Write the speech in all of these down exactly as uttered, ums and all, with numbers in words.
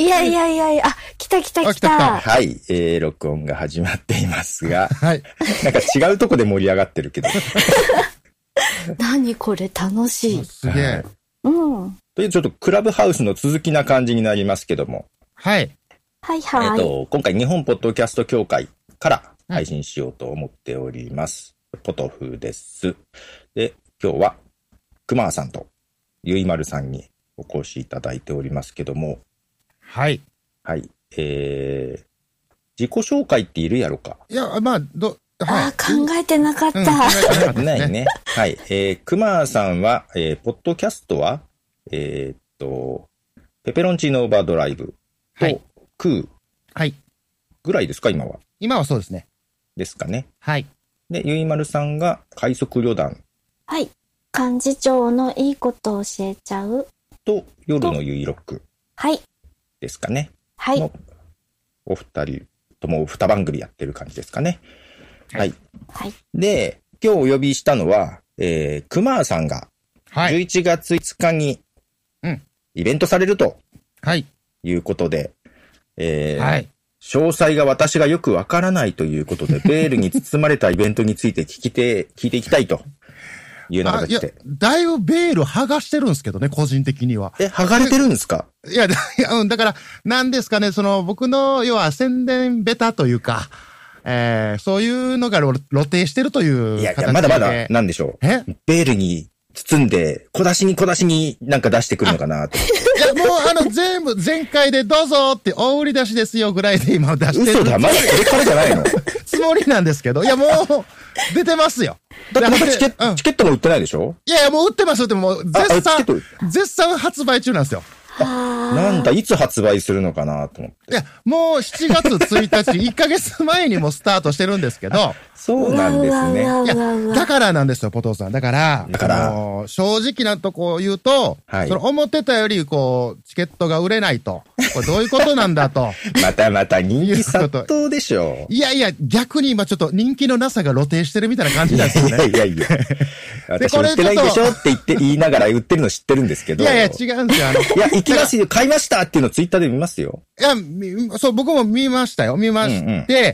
いやいやいやいや、あ、来た来た来た。来た来た。 はい、えー、録音が始まっていますが、 はい。 なんか違うとこで盛り上がってるけど。 何これ楽しい。 すげえ。 うん。 というちょっとクラブハウスの続きな感じになりますけども。 はい。 はいはい。 えっと、今回日本ポッドキャスト協会から配信しようと思っております。うん、ポトフです。で、今日は熊さんとゆいまるさんにお越しいただいておりますけども。 はい。 はい。えー、自己紹介っているやろか。 いや、まあ、ど、 はい、あ、考えてなかった。うん、考えてないね。はい。えー、熊さんは、えー、ポッドキャストは、えー、っと、ペペロンチーノオーバードライブと、はい、クーはいぐらいですか、今は。 今はそうですね。 ですかね。 はい。 で、ゆいまるさんが快速旅団。 はい。幹事長のいいことを教えちゃう。 と、夜のゆいロック。 はい。 ですかね。 はい。 のお二人とも二番組やってる感じですかね。はい。 はい。 で、今日お呼びしたのは、えー、熊さんが、じゅういちがついつかに、イベントされると、 はい。 いうことで、えー、 はい。 詳細が私がよくわからないということで、ベールに包まれたイベントについて聞きて、聞いていきたいというような形で。 だいぶベール剥がしてるんですけどね、個人的には。 え、剥がれてるんですか？ いや、いや、だから、なんですかね、その、僕の、要は宣伝ベタというか、えー、そういうのが露呈してるという形で。 いやいや、まだまだ、なんでしょう。 えベールに包んで、小出しに小出しになんか出してくるのかなと。 いや、もうあの、全部、前回でどうぞって大売り出しですよぐらいで今出してる。 嘘だ、まだこれからじゃないのつもりなんですけど。いや、もう、出てますよ。 だってまたチケット、うん、チケットも売ってないでしょ？ いやいや、もう売ってます、売ってます。もう絶賛、絶賛発売中なんですよ。 なんだ、いつ発売するのかなと思って。 いや、もうしちがつついたち、いっかげつまえにもスタートしてるんですけど。 そうなんですね。いや、だからなんですよ、ポトフさん。だから、 だから、 あのー、正直なとこ言うと、はい、その思ってたより、こう、チケットが売れないと。これどういうことなんだと。 またまた人気殺到でしょ。 いやいや、逆に今ちょっと人気のなさが露呈してるみたいな感じなんですよね。 いやいやいや。私売ってないんでしょって言って言いながら売ってるの知ってるんですけど。 いやいや、違うんですよ。あの、 いや、行きますよ、買いましたっていうのをツイッターで見ますよ。 いや、そう、僕も見ましたよ。見まして、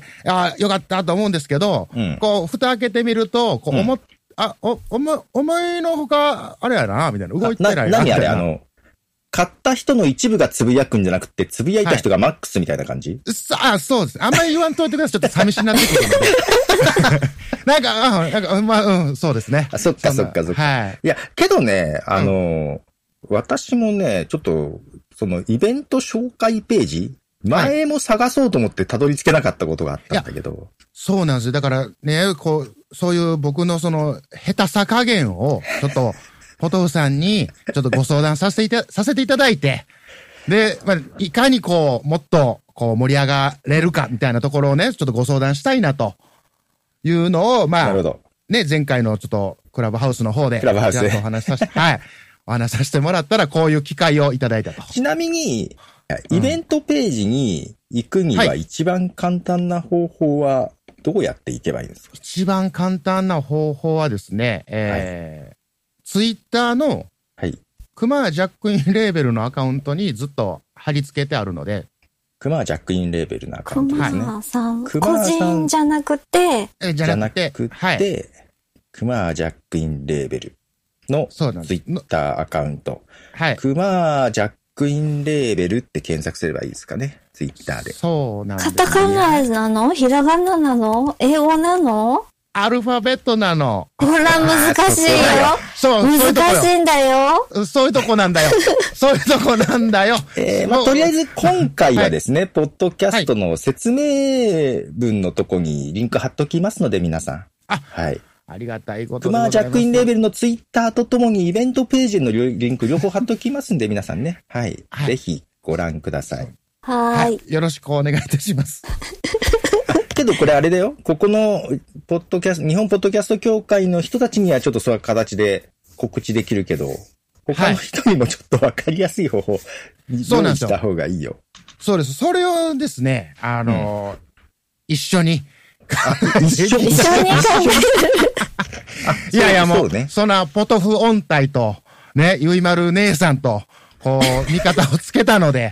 うんうん、あよかったと思うんですけど、うん、こう、蓋開けてみると、こう、思っ、うん、あ、お、お前、お前のほか、あれやな、みたいな。動いてないな。 な、何あれ、あの、買った人の一部がつぶやくんじゃなくて、つぶやいた人がマックスみたいな感じ？ はい、あ、そうです。あんまり言わんといてください。ちょっと寂しになってくるので。なんか、うん、なんか、まあ、うん、そうですね。 あ、そっかそっかそっか。はい。いや、けどね、あの、うん、私もね、ちょっと、その、イベント紹介ページ前も探そうと思ってたどり着けなかったことがあったんだけど。 そうなんですよ。だからね、こう、そういう僕のその、下手さ加減を、ちょっと、ポトフさんに、ちょっとご相談させていた、させていただいて、で、まあ、いかにこう、もっと、こう、盛り上がれるか、みたいなところをね、ちょっとご相談したいな、というのを、まあ、 なるほど。 ね、前回のちょっと、クラブハウスの方で、 クラブハウスで。 お話しさせて、はい。お話しさせてもらったら、こういう機会をいただいたと。 ちなみに、イベントページに行くには一番簡単な方法は、どうやって行けばいいんですか？ 一番簡単な方法はですね、えー、はい、ツイッターの、 はい。 熊ジャックインレーベルのアカウントにずっと貼り付けてあるので。 熊ジャックインレーベルのアカウントですね。 熊さん。個人じゃなくて。 え、じゃなくて。 じゃなくて、はい。熊ジャックインレーベルのツイッターアカウント。 はい。 熊ジャックインレーベルって検索すればいいですかね。ツイッターで。 そうなんです。 カタカナなの？ひらがななの？英語なの？ アルファベットなの。 ほら、難しいよ。 そう、 難しいんだよ。 そういうとこなんだよ。そういうとこなんだよ。 えー、まあ、とりあえず今回はですね、はい、ポッドキャストの説明文のとこにリンク貼っときますので、皆さん。 あ、 はい。 ありがたいことでございます。 熊ジャックインレーベルのツイッターとともにイベントページのリンク両方貼っときますんで、皆さんね。はい。はい、ぜひご覧ください。 はい。 よろしくお願いいたします。 けどこれあれだよ。ここのポッドキャスト、日本ポッドキャスト協会の人たちにはちょっとそういう形で告知できるけど、他の人にもちょっとわかりやすい方法に用意した方がいいよ。 そうです。それをですね、あのーうん、一緒に。 一緒に一緒にいやいやもう、ね、そんなポトフ音体と、ね、ゆいまる姉さんと、こう、味方をつけたので、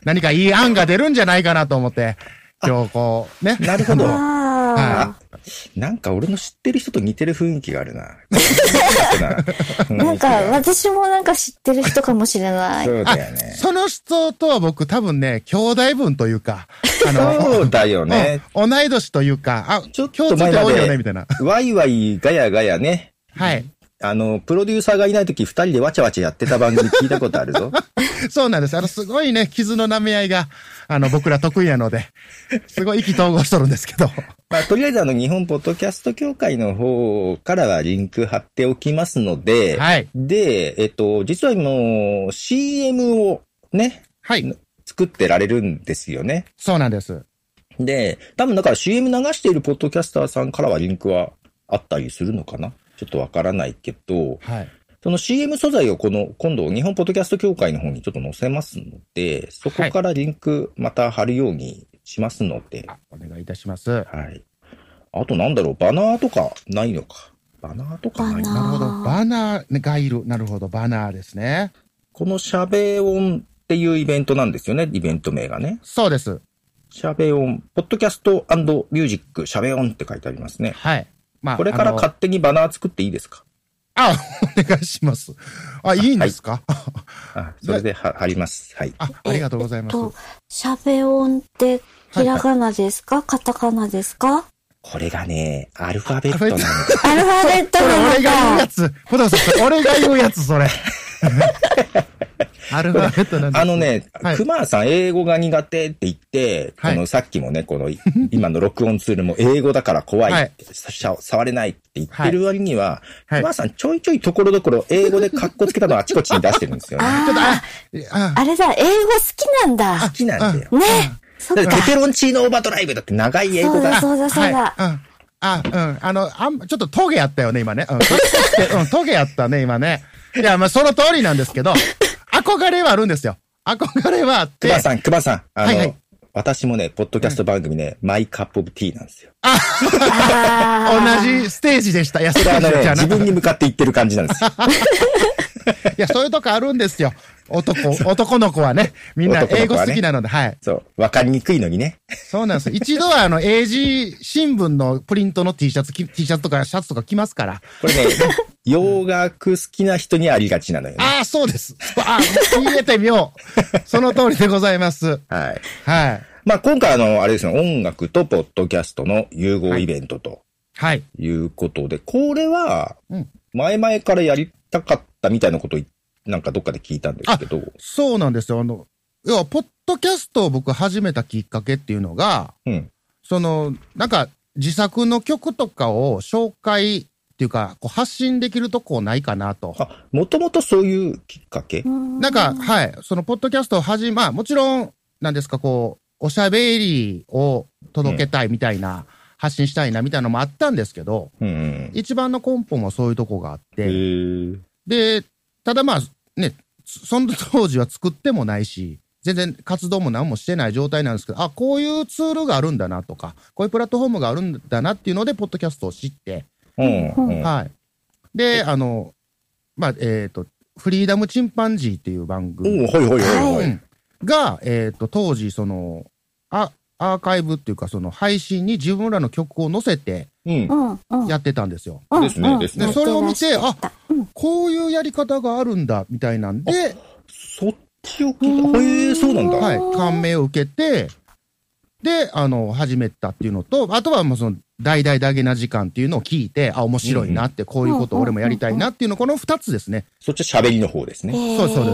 何かいい案が出るんじゃないかなと思って、今日こう、ね。 なるほど。 あなんか俺の知ってる人と似てる雰囲気があるな。 あ。なんか、私もなんか知ってる人かもしれない。 そうだよね。 その人とは僕多分ね、兄弟分というか、あの、 そうだよね。 うん、同い年というか、あ、 ちょっ共通と前ま点多いよね、 でみたいな。 ワイワイガヤガヤね。 はい。 あの、プロデューサーがいないとき二人でわちゃわちゃやってた番組聞いたことあるぞ。 そうなんです。あの、すごいね、傷の舐め合いが、あの、僕ら得意なので、すごい意気投合しとるんですけど。 まあ、とりあえずあの、日本ポッドキャスト協会の方からはリンク貼っておきますので、 はい。 で、えっと、実はもう シーエム をね、 はい。 作ってられるんですよね。 そうなんです。 で、多分だから シーエム 流しているポッドキャスターさんからはリンクはあったりするのかな？ちょっとわからないけど、 はい。 その シーエム 素材をこの、今度日本ポッドキャスト協会の方にちょっと載せますので、そこからリンクまた貼るようにしますので。 あ、お願いいたします。 はい。あとなんだろう、バナーとかないのか。バナーとかないバナーなるほど。バナーがいる。なるほど。バナーですね。 このシャベオンっていうイベントなんですよね、イベント名がね。 そうです。 シャベオン、ポッドキャスト&ミュージック、シャベオンって書いてありますね。 はい。まあ、 これから勝手にバナー作っていいですか？ あ、お願いします。あ、いいんですか？ あ、それでは貼ります。はい。 あ、ありがとうございます。 えっと、シャベオンってひらがなですか？カタカナですか？ これがね、アルファベットなんです。 アルファベットそれなの俺が言うやか。 つ。小田さん、それ俺が言うやつ、それ。アルファベットなんです。 あのね、 はい熊さん英語が苦手って言って、 はいこのさっきもね、この今の録音ツールも英語だから怖いって、 はいさ触れないって言ってる割には、 はい熊さんちょいちょいところどころ英語でカッコつけたのをあちこちに出してるんですよね。 ちょっと、 ああ、 あ、あれだ、英語好きなんだ。 好きなんだよ。 ね。そっか。 だってペペロンチーノオーバードライブだって長い英語が。 そうだ、そうだ。 はい、うん。あ、うん。あの、あん、ちょっとトゲあったよね、今ね。うん。うん、トゲあったね、今ね。いや、まあ、その通りなんですけど、憧れはあるんですよ。憧れはあって。 熊さん、熊さん、あの、 はいはい、 私もね、ポッドキャスト番組ね、マイカップオブティーなんですよ。 あ同じステージでした。いや、 それはあのね、 じゃな自分に向かって言ってる感じなんですよ。 いや、そういうとこあるんですよ。男、男の子はね。みんな英語好きなので、はい。 そう。わかりにくいのにね。 そうなんです。一度はあの、英字新聞のプリントの T シャツ、T シャツとかシャツとか着ますから。 これね、洋楽好きな人にありがちなのよね。 ああ、そうです。ああ、言えてみよう。その通りでございます。 はい。 はい。 まあ今回あの、あれですね、音楽とポッドキャストの融合イベントとはい。 いうことで、これはうん、 前々からやりたかったみたいなことをなんかどっかで聞いたんですけど。 そうなんですよ。あの、要は、ポッドキャストを僕始めたきっかけっていうのが、 うん。 その、なんか、自作の曲とかを紹介っていうか、こう発信できるとこないかなと。 あ、もともとそういうきっかけ？ なんか、はい、その、ポッドキャストを始め、まあ、もちろん、なんですか、こう、おしゃべりを届けたいみたいな、うん、発信したいなみたいなのもあったんですけど、 うんうん、 一番の根本はそういうとこがあって、 ーで、ただまあ、ね、その当時は作ってもないし、全然活動も何もしてない状態なんですけど、あ、こういうツールがあるんだなとか、こういうプラットフォームがあるんだなっていうので、ポッドキャストを知って、 うんうん、 はい。で、あの、まあ、えっ、ー、と、フリーダムチンパンジーっていう番組、 おほいほいほいほい、 うん、が、えっ、ー、と、当時、その、あ、アーカイブっていうか、その配信に自分らの曲を載せて、やってたんですよ。 うん、 ですね、ですね。 で、それを見て、あ、こういうやり方があるんだ、みたいなんで、 そっちを聞いた。へえ、そうなんだ。 はい。感銘を受けて、で、あの、始めたっていうのと、あとはもうその、大々だげな時間っていうのを聞いて、あ、面白いなって、こういうことを俺もやりたいなっていうの、この二つですね。 そっちは喋りの方ですね。 そうそうです。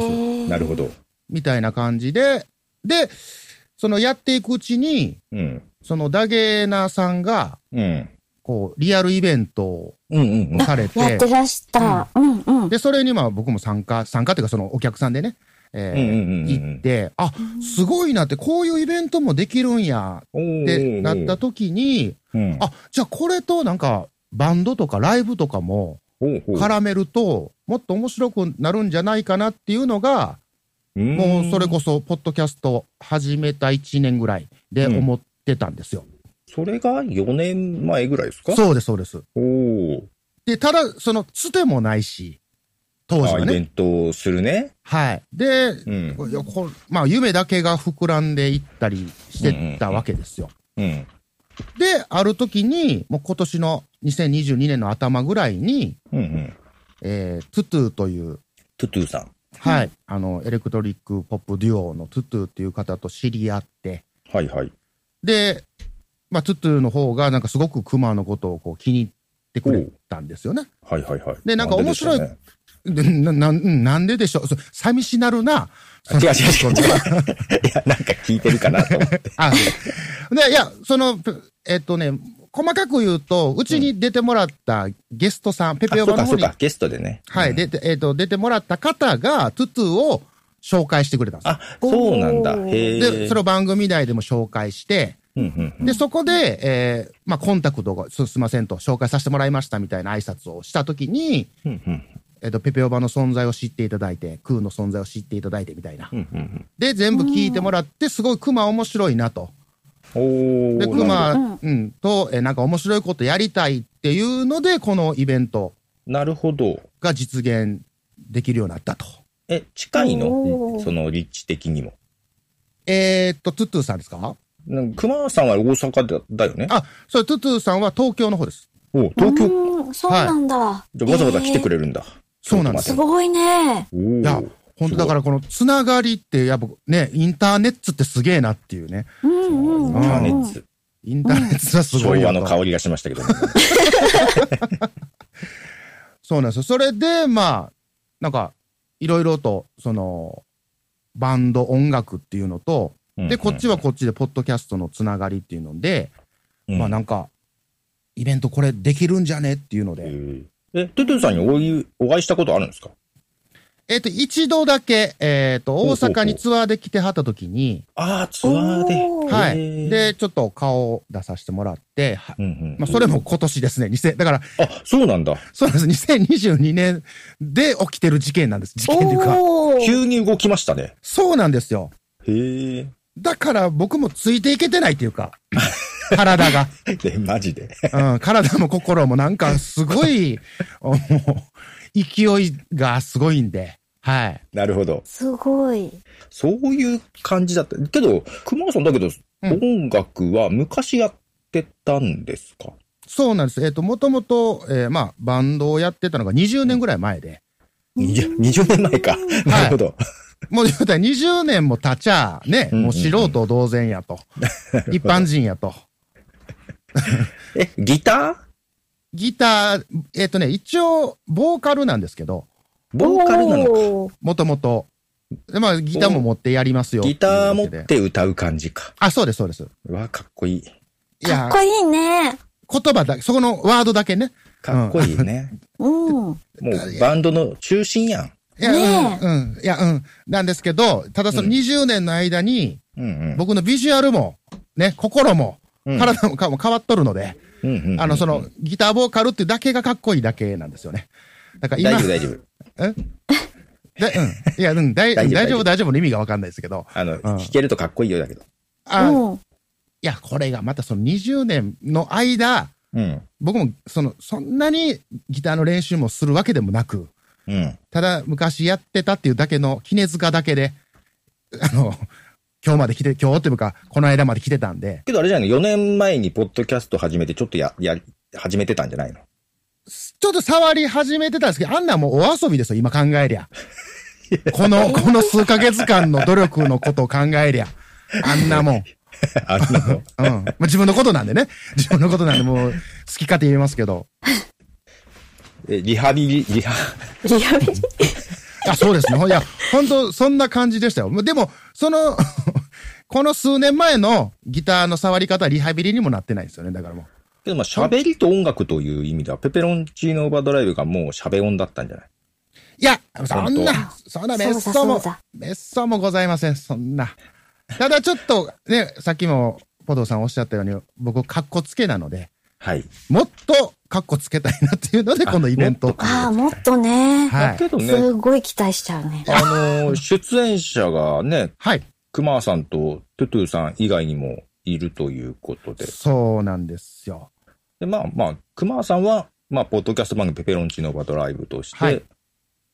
なるほど。 みたいな感じで、で、そのやっていくうちに、 うん、 そのダゲナさんが、 うん、 こう、リアルイベントをされて、 やってらした。うんうん、 で、それにまあ僕も参加、参加っていうかそのお客さんでね、えー、行って、あ、すごいなって、こういうイベントもできるんやってなった時に、 うん、 あ、じゃあこれとなんかバンドとかライブとかも絡めると、もっと面白くなるんじゃないかなっていうのが、もうそれこそ、ポッドキャスト始めたいちねんぐらいで思ってたんですよ。 うん、それがよねんまえぐらいですか？ そうです、そうです。 おで、ただ、その、つてもないし、 当時はね。 イベントをするね。 はい。で、 うん。 いやこまあ、夢だけが膨らんでいったりしてたわけですよ。 うん。 で、ある時に、もう今年のにせんにじゅうにねんの頭ぐらいに、 うんうん。 えー、トゥトゥという、 トゥトゥさん。 はい、あの、エレクトリックポップデュオのトゥトゥっていう方と知り合って、 はいはい。 で、まあ、トゥトゥの方がなんかすごくクマのことをこう気に入ってくれたんですよね。 はいはいはい。 で、なんか面白い、 なんでなななんででしょう、寂しなるな。 違う違う違う。いや、なんか聞いてるかなと思って。 あ、で、いや、その、えっとね、細かく言うと、うちに出てもらったゲストさん、ペペオバの方に、 ゲストでね。 はい、で、えっと、出てもらった方が、トゥトゥを紹介してくれたんですよ。 あ、そうなんだ。へで、それを番組内でも紹介して、 うんうんうん、 で、そこで、えー、まあ、コンタクトがす、すいませんと、紹介させてもらいましたみたいな挨拶をしたときに、 うんうんえっと、ペペオバの存在を知っていただいて、クーの存在を知っていただいてみたいな。 うんうんうん、 で、全部聞いてもらって、すごいクマ面白いなと。 おで、クマ、うん、と、え、なんか面白いことやりたいっていうので、このイベント。 なるほど。 が実現できるようになったと。 え、近いの？その立地的にも。 えー、っと、トゥトゥさんですか？ 熊さんは大阪だ、だよね。 あ、そう、トゥトゥさんは東京の方です。 お東京。 そうなんだ。はい、 じゃあわざわざ来てくれるんだ。えー、 そうなんです。 すごいね。 いや、本当だからこのつながりって、やっぱね、インターネットってすげえなっていうね。 うんうんうん、 インターネット。 インターネットはすごい。 昭和の香りがしましたけどね。 そうなんですよ。それで、まあ、なんか、いろいろと、その、バンド、音楽っていうのと、で、うんうん、こっちはこっちで、ポッドキャストのつながりっていうので、うん、まあなんか、イベントこれできるんじゃねっていうので。 え、トゥトゥさんにおいお会いしたことあるんですか？ えっと、一度だけ、えっと、大阪にツアーで来てはった時に。 ああ、ツアーで。 はい。で、ちょっと顔を出させてもらって、うんうん、まあ、それも今年ですね。にせんだから。 あ、そうなんだ。 そうなんです。にせんにじゅうにねんで起きてる事件なんです。事件というか。 急に動きましたね。 そうなんですよ。 へえ。 だから僕もついていけてないっていうか。体が。 え、マジで。 うん、体も心もなんかすごい、もう、勢いがすごいんで。はい。 なるほど。 すごい。 そういう感じだった。けど、熊さんだけど、うん、音楽は昔やってたんですか？ そうなんです。えっ、ー、と、もともと、えー、まあ、バンドをやってたのがにじゅうねんぐらい前で。 にじゅう、にじゅうねんまえか。なるほど。はい、 もう言うたらにじゅうねんも経ちゃ、ね、もう素人同然やと。一般人やと。 え、ギター？ ギター、えっ、ー、とね、一応、ボーカルなんですけど。 ボーカルなのか。 もともと。まあ、ギターも持ってやりますよ。 ギター持って歌う感じか。 あ、そうです、そうです。 うわ、かっこいい。いや、かっこいいね。 言葉だけ、そこのワードだけね。 かっこいいね。 うん。 もう、バンドの中心やん。 いや、ね、うん、うん。いや、うん。なんですけど、ただそのにじゅうねんの間に、うんうん、僕のビジュアルも、ね、心も、うん、体も変わっとるので、うんうんうんうん、あの、その、ギターボーカルっていうだけがかっこいいだけなんですよね。だから今。 大丈夫、大丈夫。 えだうん。いや、うん、大大丈夫、大丈夫の意味がわかんないですけど。 あの、うん、弾けるとかっこいいよだけど。 あ、うん、いや、これがまたそのにじゅうねんの間、うん、僕もその、そんなにギターの練習もするわけでもなく、うん、ただ昔やってたっていうだけの杵塚だけで、あの、今日まで来て、今日っていうか、この間まで来てたんで。 けどあれじゃないの ?よ 年前にポッドキャスト始めて、ちょっとや、や、始めてたんじゃないの？ ちょっと触り始めてたんですけど、あんなもうお遊びですよ、今考えりゃ。この、この数ヶ月間の努力のことを考えりゃ。あんなもん。 あんなもん。うん。 まあ、自分のことなんでね。自分のことなんで、もう、好き勝手言えますけど。 え、リハビリ、リハ。 リハビリあ、そうですね。いや、本当そんな感じでしたよ。でも、その、この数年前のギターの触り方はリハビリにもなってないですよね、だからもう。 けどまあ喋りと音楽という意味では、ペペロンチーノオーバードライブがもう喋音だったんじゃない？ いや、そんな、そんなめっそうも、めっそうもございません、そんな。ただちょっと、ね、さっきもポドさんおっしゃったように、僕、カッコつけなので、 はい。 もっとカッコつけたいなっていうので、このイベント。 ああ、もっとね。 はい。 だけどね。 すごい期待しちゃうね。 あの、出演者がね、 はい。 クマーさんとトゥトゥさん以外にもいるということで。 そうなんですよ。 で、まあまあ、クマーさんは、まあ、ポッドキャスト番組ペペロンチーノオーバードライブとして、はい、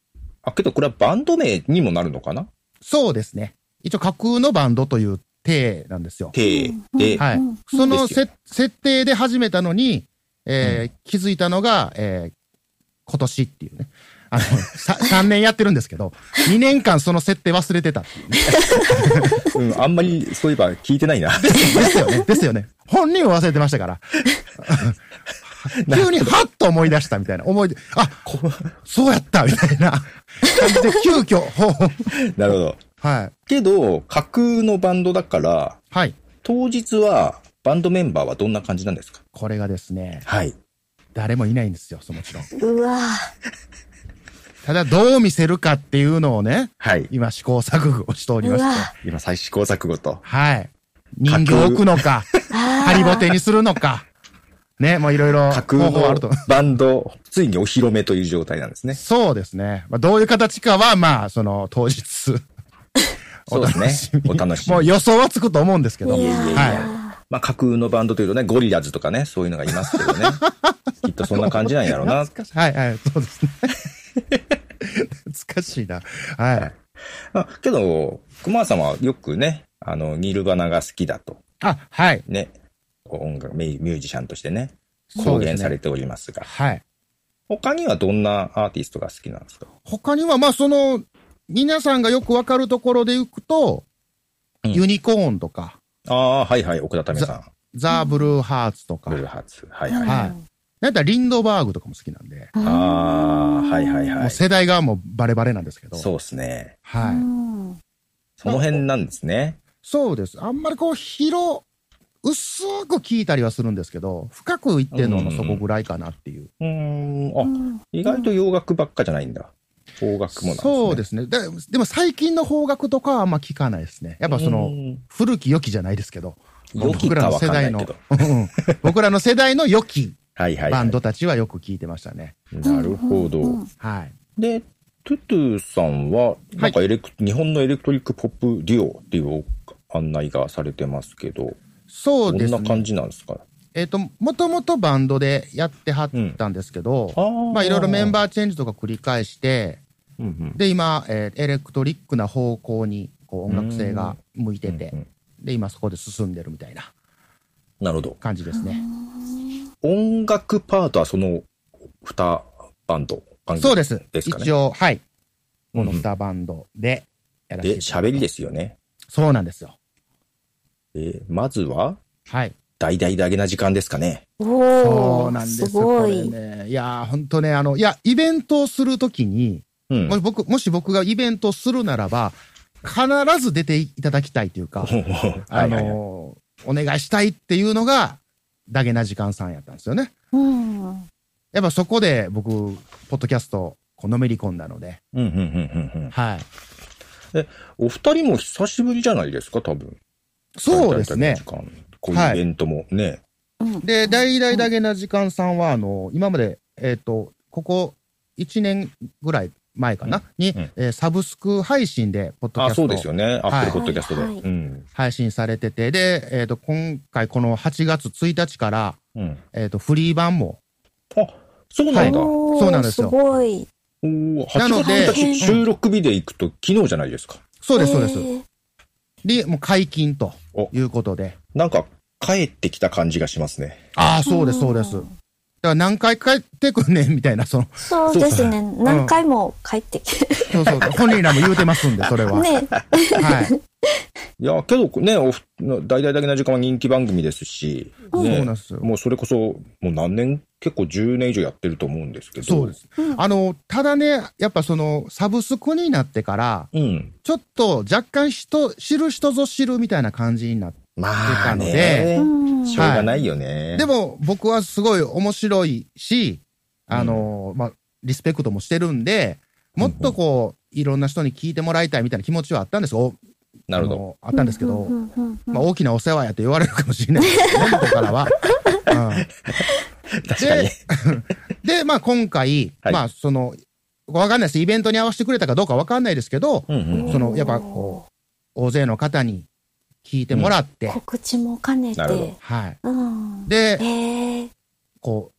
あ、けどこれはバンド名にもなるのかな？ そうですね。一応架空のバンドという体なんですよ。 体で。 はい。そのせ設定で始めたのに、えー、気づいたのが、えー、今年っていうね。あの、ささんねんやってるんですけど、にねんかんその設定忘れてたっていうね。 うん、あんまりそういえば聞いてないな。 ですよね。ですよね。本人は忘れてましたから。急にハッと思い出したみたいな。思い出、あ、そうやったみたいな感じで急遽。 なるほど。 はい。 けど、架空のバンドだから、 はい。 当日はバンドメンバーはどんな感じなんですか？ これがですね。 はい。 誰もいないんですよ、そもちろん。 うわただ、どう見せるかっていうのをね、 はい。 今試行錯誤をしておりまして。 今再試行錯誤と。 はい。人形置くのか、ハリボテにするのか、ね、もういろいろ架空のバンド、ついにお披露目という状態なんですね。 そうですね。まあ、どういう形かは、まあ、その、当日。 そうですね。お楽しみ。 もう予想はつくと思うんですけど。 いやいやいや。はい。まあ、架空のバンドというとね、ゴリラズとかね、そういうのがいますけどね。きっとそんな感じなんやろうな。 はいはい、そうですね。懐かしいな。はい。 あけど、熊さんはよくね、あの、ニルバナが好きだと。 あ、はい。 ね。音楽、ミュージシャンとしてね、公言されておりますが。 すね、はい。 他にはどんなアーティストが好きなんですか？ 他には、まあ、その、皆さんがよくわかるところで行くと、うん、ユニコーンとか。 ああ、はいはい、奥田民さん。 ザ・ブルーハーツとか。 ブルーハーツ。はいはい。はい。 なんやったらリンドバーグとかも好きなんで。 ああ、はいはいはい。 もう世代がもうバレバレなんですけど。 そうですね。 はい。 その辺なんですね。 そうです。あんまりこう、広、薄く聞いたりはするんですけど、深く言ってんのもそこぐらいかなっていう。 うん。あ、意外と洋楽ばっかじゃないんだ。邦楽もなんですね。 そうですね。で、でも最近の邦楽とかはあんま聞かないですね。やっぱその、古き良きじゃないですけど。 僕らの世代の、 僕らの世代の良きはいはい、 バンドたちはよく聞いてましたね。 なるほど。 はい。 で、トゥトゥさんは、なんかエレク、はい、日本のエレクトリックポップデュオっていう案内がされてますけど、 そうですね。 どんな感じなんですか？ えっと、もともとバンドでやってはったんですけど、うん、まあいろいろメンバーチェンジとか繰り返して、うんうん、で、今、えー、エレクトリックな方向にこう音楽性が向いてて、うんうん、で、今そこで進んでるみたいな。 なるほど。 感じですね。 音楽パートはそのにバンド、バンドそうです。 ですかね。 一応、はい。このにバンドでやらせて、うん、 で、喋りですよね。 そうなんですよ。 えー、まずは、 はい。 大々だけな時間ですかね。 おー。 そうなんですよ。 すごい。 これね。いやー、ほんとね、あの、いや、イベントをするときに、うん、もし僕、もし僕がイベントをするならば、必ず出ていただきたいというか、あのー、お願いしたいっていうのが、ダゲな時間さんやったんですよね。うん。やっぱそこで僕、ポッドキャスト、こうのめり込んだので。 うん、うん、うん、うん。 はい。 え、お二人も久しぶりじゃないですか、多分。 そうですね。 こういうイベントもね。 はい、で、大々ダゲな時間さんは、あの、今まで、えっと、ここいちねんぐらい前かな、うん、に、うんえー、サブスク配信で、ポッドキャスト。あ、 そうですよね。アップルポッドキャストで。はいうん、 配信されてて、で、えっと、今回このはちがつついたちから、うん、えっと、フリー版も。 あ、そうなんだ。 はい、そうなんですよ。 すごい。 おはちがつついたち収録日で行くと昨日じゃないですか。 そうです、そうです。で、もう解禁ということで。 なんか、帰ってきた感じがしますね。 ああ、そうです、そうです。だから何回帰ってくんねんみたいな、その。 そうですね。何回も帰ってきて。 そうそう。本人らも言うてますんで、それは。 ね。 はい。 いや、けどね、お大々だけな時間は人気番組ですし、 ね、そうなんですよ。 もうそれこそ、もう何年、結構じゅうねん以上やってると思うんですけど。 そうです。うん、あの、ただね、やっぱその、サブスクになってから、うん、ちょっと若干人、知る人ぞ知るみたいな感じになってたので、 まあ、しょうがないよね、 はい。でも、僕はすごい面白いし、あの、うん、まあ、リスペクトもしてるんで、もっとこう、いろんな人に聞いてもらいたいみたいな気持ちはあったんですよ。 なるほど。 あったんですけど、まあ大きなお世話やと言われるかもしれないですけどね、ここからは。 うん、確かに。 で、で、まあ今回、はい、まあその、わかんないです。イベントに合わせてくれたかどうかわかんないですけど、うんうん、その、やっぱこう、大勢の方に聞いてもらって。うん、 告知も兼ねて。 なるほど。 はい。 うん、 で、 えー、 こう、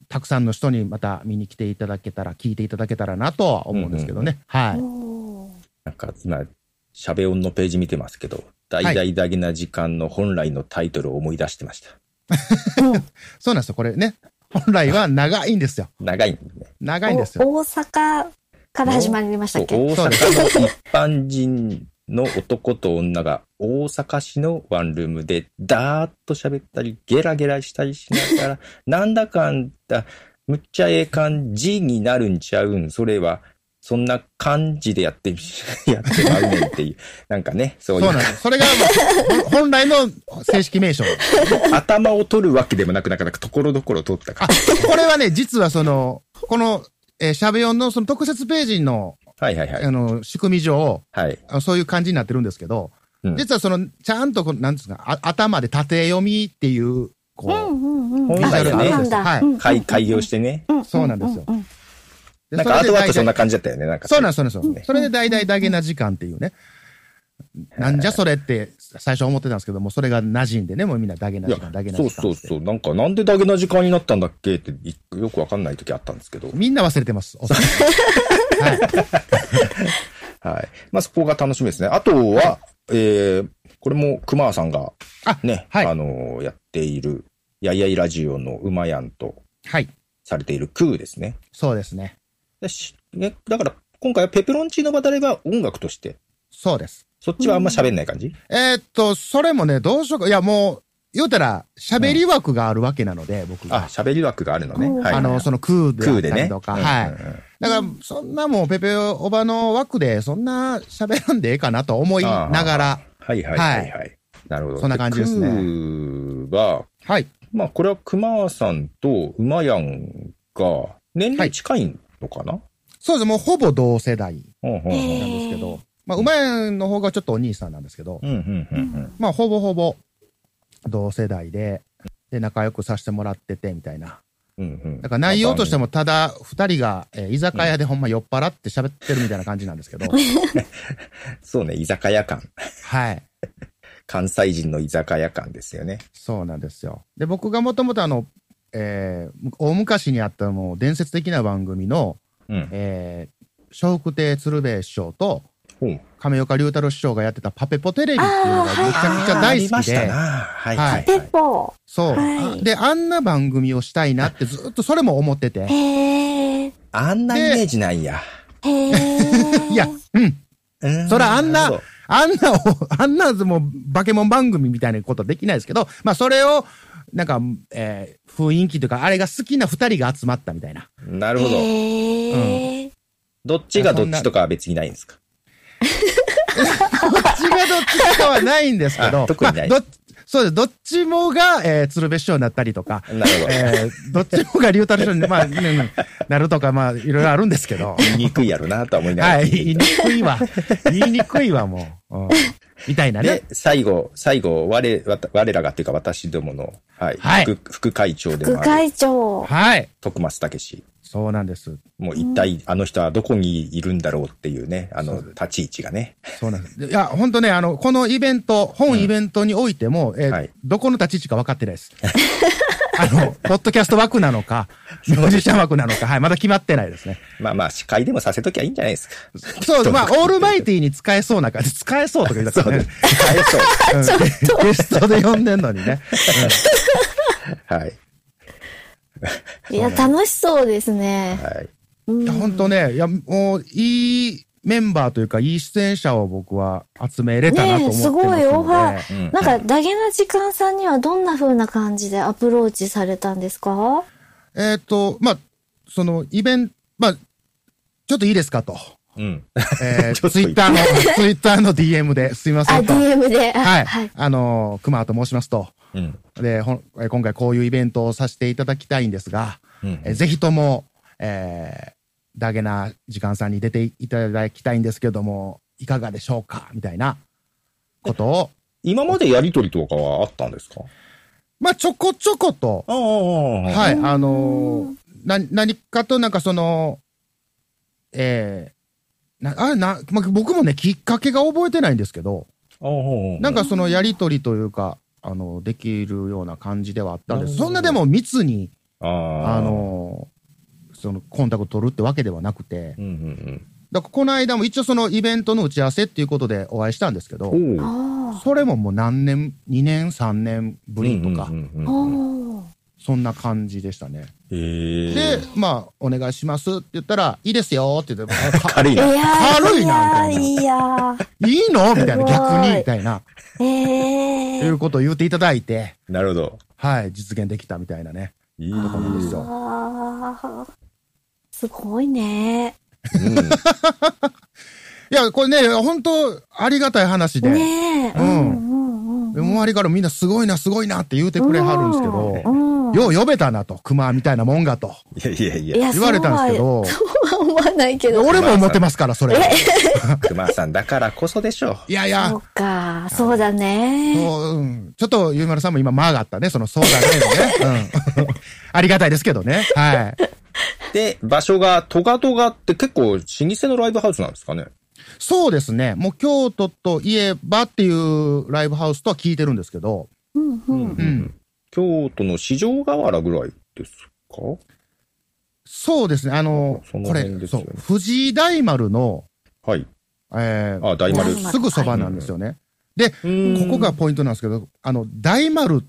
たくさんの人にまた見に来ていただけたら、聞いていただけたらなとは思うんですけどね。うんうん、はい。 なんか今、しゃべ音のページ見てますけど、大々だけな時間の本来のタイトルを思い出してました。 はい、そうなんですよ、これね。本来は長いんですよ。 長いんね。 長いんですよ。 大阪から始まりましたっけ？ 大阪の一般人の男と女が大阪市のワンルームでダーッと喋ったり、ゲラゲラしたりしながら、なんだかんだ、むっちゃええ感じになるんちゃうん。それは、そんな感じでやって、やってまうねんっていう。なんかね、そういう。 そうなんです。それが、まあ、本来の正式名称。 頭を取るわけでもなく、なかなかところどころ取ったから。 これはね、実はその、この、えー、しゃべ音のその特設ページの、 はいはいはい。 あの、仕組み上、 はい。 そういう感じになってるんですけど、うん、実はその、ちゃんとこの、なんですか、あ頭で縦読みっていう、こう、 うんうんうん、 本来はね、 はい。 開、開業してね。 そうなんですよ。 なんか後々そんな感じだったよね、なんか。 そうなんです、そうなんですよ。それで大々だけな時間っていうね。なんじゃそれって最初思ってたんですけども、それが馴染んでね、もうみんなだけな時間、だけな時間。 そうそうそう。なんかなんでだけな時間になったんだっけってよくわかんない時あったんですけど。 みんな忘れてます。はい。 はい。まあそこが楽しみですね。あとは、はい、えー、これも熊さんがね、あ、はい、あのー、やっている、やいやいラジオの馬やんと、 はい。 されているクーですね。 そうですね。 だから、今回はペペロンチーノバタレは音楽として。 そうです。 そっちはあんま喋んない感じ？ えー、っと、それもね、どうしようか。いや、もう、言うたら、喋り枠があるわけなので、うん、僕が。 あ、喋り枠があるのね。 はい、あの、そのクーであったりとか。 クーでね。 はい。 うんうんうん、 だから、そんなもう、ペペオバの枠で、そんな喋らんでええかなと思いながら。 はいはいはいはい。はい、なるほど。 そんな感じですね。 クーは、はい。まあ、これは熊さんと馬やんが、年齢近いのかな、はい、 そうです。もうほぼ同世代なんですけど、まあ、馬やんの方がちょっとお兄さんなんですけど、 うんうんうんうん、 まあ、ほぼほぼ同世代で、で、仲良くさせてもらってて、みたいな。 うんうん、 だから内容としてもただ二人が、えー、居酒屋でほんま酔っ払って喋ってるみたいな感じなんですけど。 そうね、居酒屋感。 はい。 関西人の居酒屋感ですよね。 そうなんですよ。で、僕がもともとあの、えー、大昔にあったもう伝説的な番組の、うん、えー、笑福亭鶴瓶師匠と、亀岡龍太郎師匠がやってたパペポテレビっていうのがめちゃくちゃ大好きで。 はいはい。パペポ。 そう、はい。で、あんな番組をしたいなってずっとそれも思ってて。 へー。 あんなイメージないや。 へー。 いや、うん。そらあんな、あんな、あんなもうバケモン番組みたいなことできないですけど、まあそれを、なんか、えー、雰囲気というか、あれが好きな二人が集まったみたいな。 なるほど。うん。どっちがどっちとかは別にないんですか？ どっちがどっちとかはないんですけど、 特にない。 まあ、どそうです。どっちもが、えー、鶴瓶師匠になったりとか、 なるほど。 えー、どっちもが龍太郎師匠に、まあ、ね、なるとか、まあ、いろいろあるんですけど。 言いにくいやろなとは思いながら。 はい、言いにくいわ。言いにくいわ、もう。うん、みたいなね。 で、最後、最後、我、我らがっていうか私どもの、はい。はい、副、副会長でもある。 副会長。 はい。 徳松武史。 そうなんです。 もう一体あの人はどこにいるんだろうっていうね、あの、立ち位置がね。 そうなんです。いや、本当ね、あの、このイベント、本イベントにおいても、うん、えーはい、どこの立ち位置か分かってないです。あの、ポッドキャスト枠なのか、ミュージシャン枠なのか、はい、まだ決まってないですね。 まあまあ、司会でもさせときゃいいんじゃないですか。 そう、まあ、オールマイティに使えそうな感じ、使えそうとか言ったからね。 使えそう。うん、ゲストで呼んでんのにね。 うん、はい。 いや、楽しそうですね。 はい。 いや、本当ね、いや、もう、いいメンバーというか、いい出演者を僕は集めれたなと思ってますので。ね、 すごいオファー。うん、なんか、ダゲな時間さんにはどんな風な感じでアプローチされたんですか？ えっと、まあ、その、イベント、まあ、ちょっといいですかと。 うん。 えー、ツイッターの、ツイッターの ディーエム で、すいませんと。 あ、ディーエム で。 はい。はい、あの、熊と申しますと。 うん。 で、ほ今回こういうイベントをさせていただきたいんですが、うん、えぜひとも、えー、ダゲな時間さんに出ていただきたいんですけども、いかがでしょうかみたいなことを。 今までやりとりとかはあったんですか？ まあ、ちょこちょこと。 ああ、 はい、あのー、な、何かとなんかその、えー、な、あれな、まあ、僕もね、きっかけが覚えてないんですけど、なんかそのやりとりというか、あの、できるような感じではあったんです。そんなでも密にああのー、そのコンタクト取るってわけではなくて、 うんうんうん、 だからこの間も一応そのイベントの打ち合わせっていうことでお会いしたんですけど、 あそれももう何年、にねん、さんねんぶりとか、 うんうんうんうん、 そんな感じでしたね。 へーで、まあ、お願いしますって言ったら、いいですよって言って、 軽いな。 軽いな、みたいな。 いやいいのみたいな、逆に、みたいな。 ええー。 いうことを言っていただいて、 なるほど。 はい、実現できたみたいなね。 いいところなんですよ。 あーすごいね。 うん、 いや、これね、本当ありがたい話で。 ねえ。 うん。 うんうんうん、 周りからみんなすごいな、すごいなって言うてくれはるんですけど、 うんうん、 よう呼べたなと、熊みたいなもんがと。 いやいやいや。 いや言われたんですけど。 そうは思わないけど。 俺も思ってますから、それ。 熊さんだからこそでしょう。 いやいや。 そうか、そうだね。 そう、うん。ちょっと、ゆいまるさんも今、間があったね。その、そうだねのね。うん。ありがたいですけどね。はい。 で、場所が、トガトガって結構、老舗のライブハウスなんですかね。 そうですね。もう京都といえばっていうライブハウスとは聞いてるんですけど。 うんうん。 うん。 京都の四条河原ぐらいですか？ そうですね。あの、 そのこれ、 辺ですよねそう、藤井大丸の、 はい。 えー、 あ、大丸。 大丸すぐそばなんですよね。で、ここがポイントなんですけど、あの、大丸って、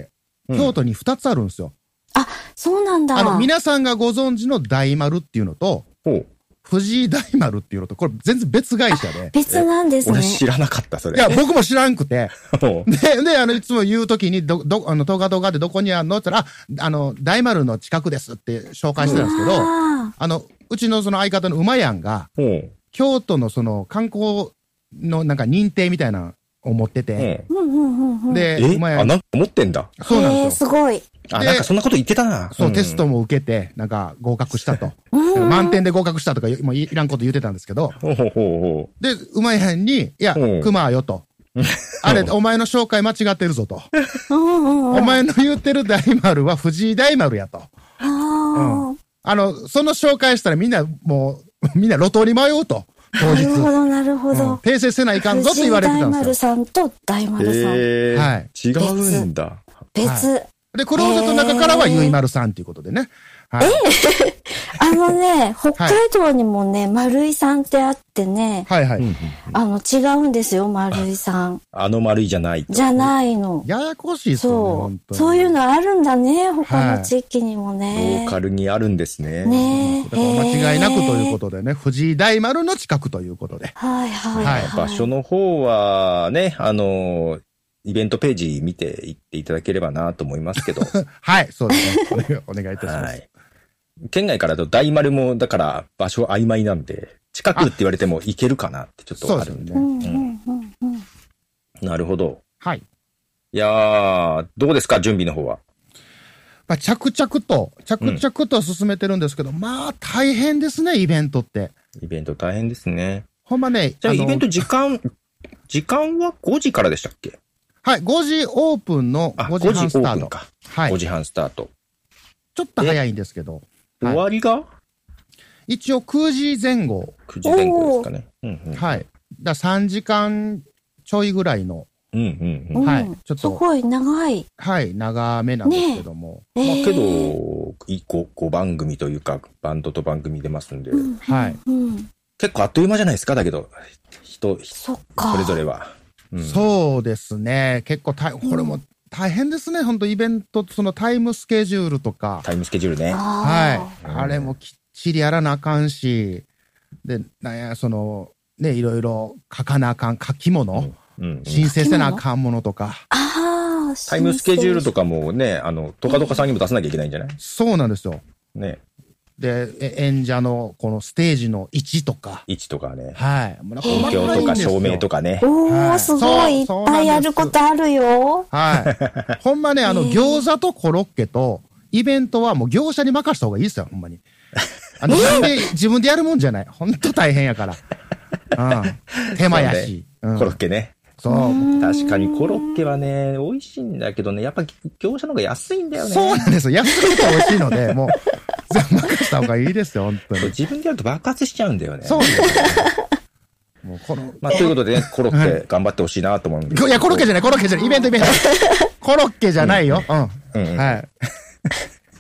京都にふたつあるんですよ。 あ、そうなんだ。 あの、皆さんがご存知の大丸っていうのと、 ほう。 藤井大丸っていうのと、これ全然別会社で。 別なんですね。 俺知らなかった、それ。 いや、僕も知らんくて。 ほうで、で、あの、いつも言うときに、ど、ど、あの、トガトガでどこにあんのって言ったら、あ、あの、大丸の近くですって紹介してたんですけど、 ああの、うちのその相方の馬やんが、 ほう。 京都のその観光のなんか認定みたいなのを持ってて、 ーうんうんうんうん。 で、 え馬やあ、なんか持ってんだ。 そうなんへーですよ。 すごい。 あ、 でなんかそんなこと言ってたな。 そう、 んテストも受けて、なんか合格したと。 うん満点で合格したとか、もういらんこと言ってたんですけど、 ほうほうほうほで、馬やんに、いやうん、 熊よと。あれ、お前の紹介間違ってるぞと。 うんうんうん。 お前の言ってる大丸は藤井大丸やと。 ああの、その紹介したらみんなもう、みんな路頭に迷うと。当あ。な日。 るほど、なるほうんど。 訂正せないかんぞって言われてたん藤井大丸ですよ。 さんと大う。 丸さん。 へーはい違うんだ。 別。 で、クローゼットの中からはゆいまるさんということでね。はい。 あのね、北海道にもね、丸井さんってあってね、 はいはい。 あの、違うんですよ、丸井さん。 あの丸いじゃないと。 じゃないの。 ややこしいっすよね、 そ本当う。 に。 そういうのあるんだね、他の地域にもロねー。カルにあるんですね。 ねだから間違いなくということでね、藤井大丸の近くということで。 はいはいははいい。 場所の方はね、あの、イベントページ見ていっていただければなと思いますけど。 はい、そうですね。お願いお願いいたします。 はい。県外からだと大丸も、だから場所曖昧なんで、近くって言われても行けるかなってちょっとあるんで。 うそうですんうんうんうん。 なるほど。 はい。 いやー、どうですか、準備の方は。 まあ、着々と、着々と進めてるんですけど、まあ、大変ですね、イベントって。 イベント大変ですね。 ほんまね、のじゃあイベント時間、時間はごじからでしたっけ？ はい、ごじオープンのあ、 ごじはんスタート。 ごじオープンか。 はい。 ごじはんスタート。 ちょっと早いんですけど、 終わりが一応くじぜん後。 くじぜん後ですかね。うんうん。 はい。ださんじかんちょいぐらいの、 うんうんうん。 うんはいちょっとすごい長い。 はい、長めなんですけども。 まあえーけど、いご、ご番組というか、バンドと番組出ますんで、 うんはい。 うん。 結構あっという間じゃないですか、だけど、人、 そっか。 それぞれは。うんそうですね。結構大、これも大変ですね。本当イベント、そのタイムスケジュールとか。 タイムスケジュールね。 はい。 うんあれもきっちりやらなあかんし、で、なんや、その、ね、いろいろ書かなあかん書き物、 うんうん申請せなあかんものとか。 ああ、 タイムスケジュールとか。 かもね、あの、トカトカさんにも出さなきゃいけないんじゃない？ そうなんですよ。 ね。 で、え演者のこのステージの位置とか。 位置とかね。 はい。もうなんか音響とか照明とか。 かね。 おー、 はいすごい。いっそうぱいやることあるよ。 はい。ほんまね、あの、 へー餃子とコロッケと、イベントはもう業者に任した方がいいですよ、ほんまに。あの、自分で、自分でやるもんじゃない。ほんと大変やから。うん。手間やし。うんコロッケね。 そう。 確かにコロッケはね、美味しいんだけどね、やっぱ業者の方が安いんだよね。 そうなんですよ。安くて美味しいので、もう、全部任した方がいいですよ、本当に。 自分でやると爆発しちゃうんだよね。 そうなんですよ。もうこの、 まあ、ということでね、コロッケ頑張ってほしいなと思うんで。 いや、コロッケじゃない、コロッケじゃない、イベントイベント。コロッケじゃないよ。うん。 うんうんはい。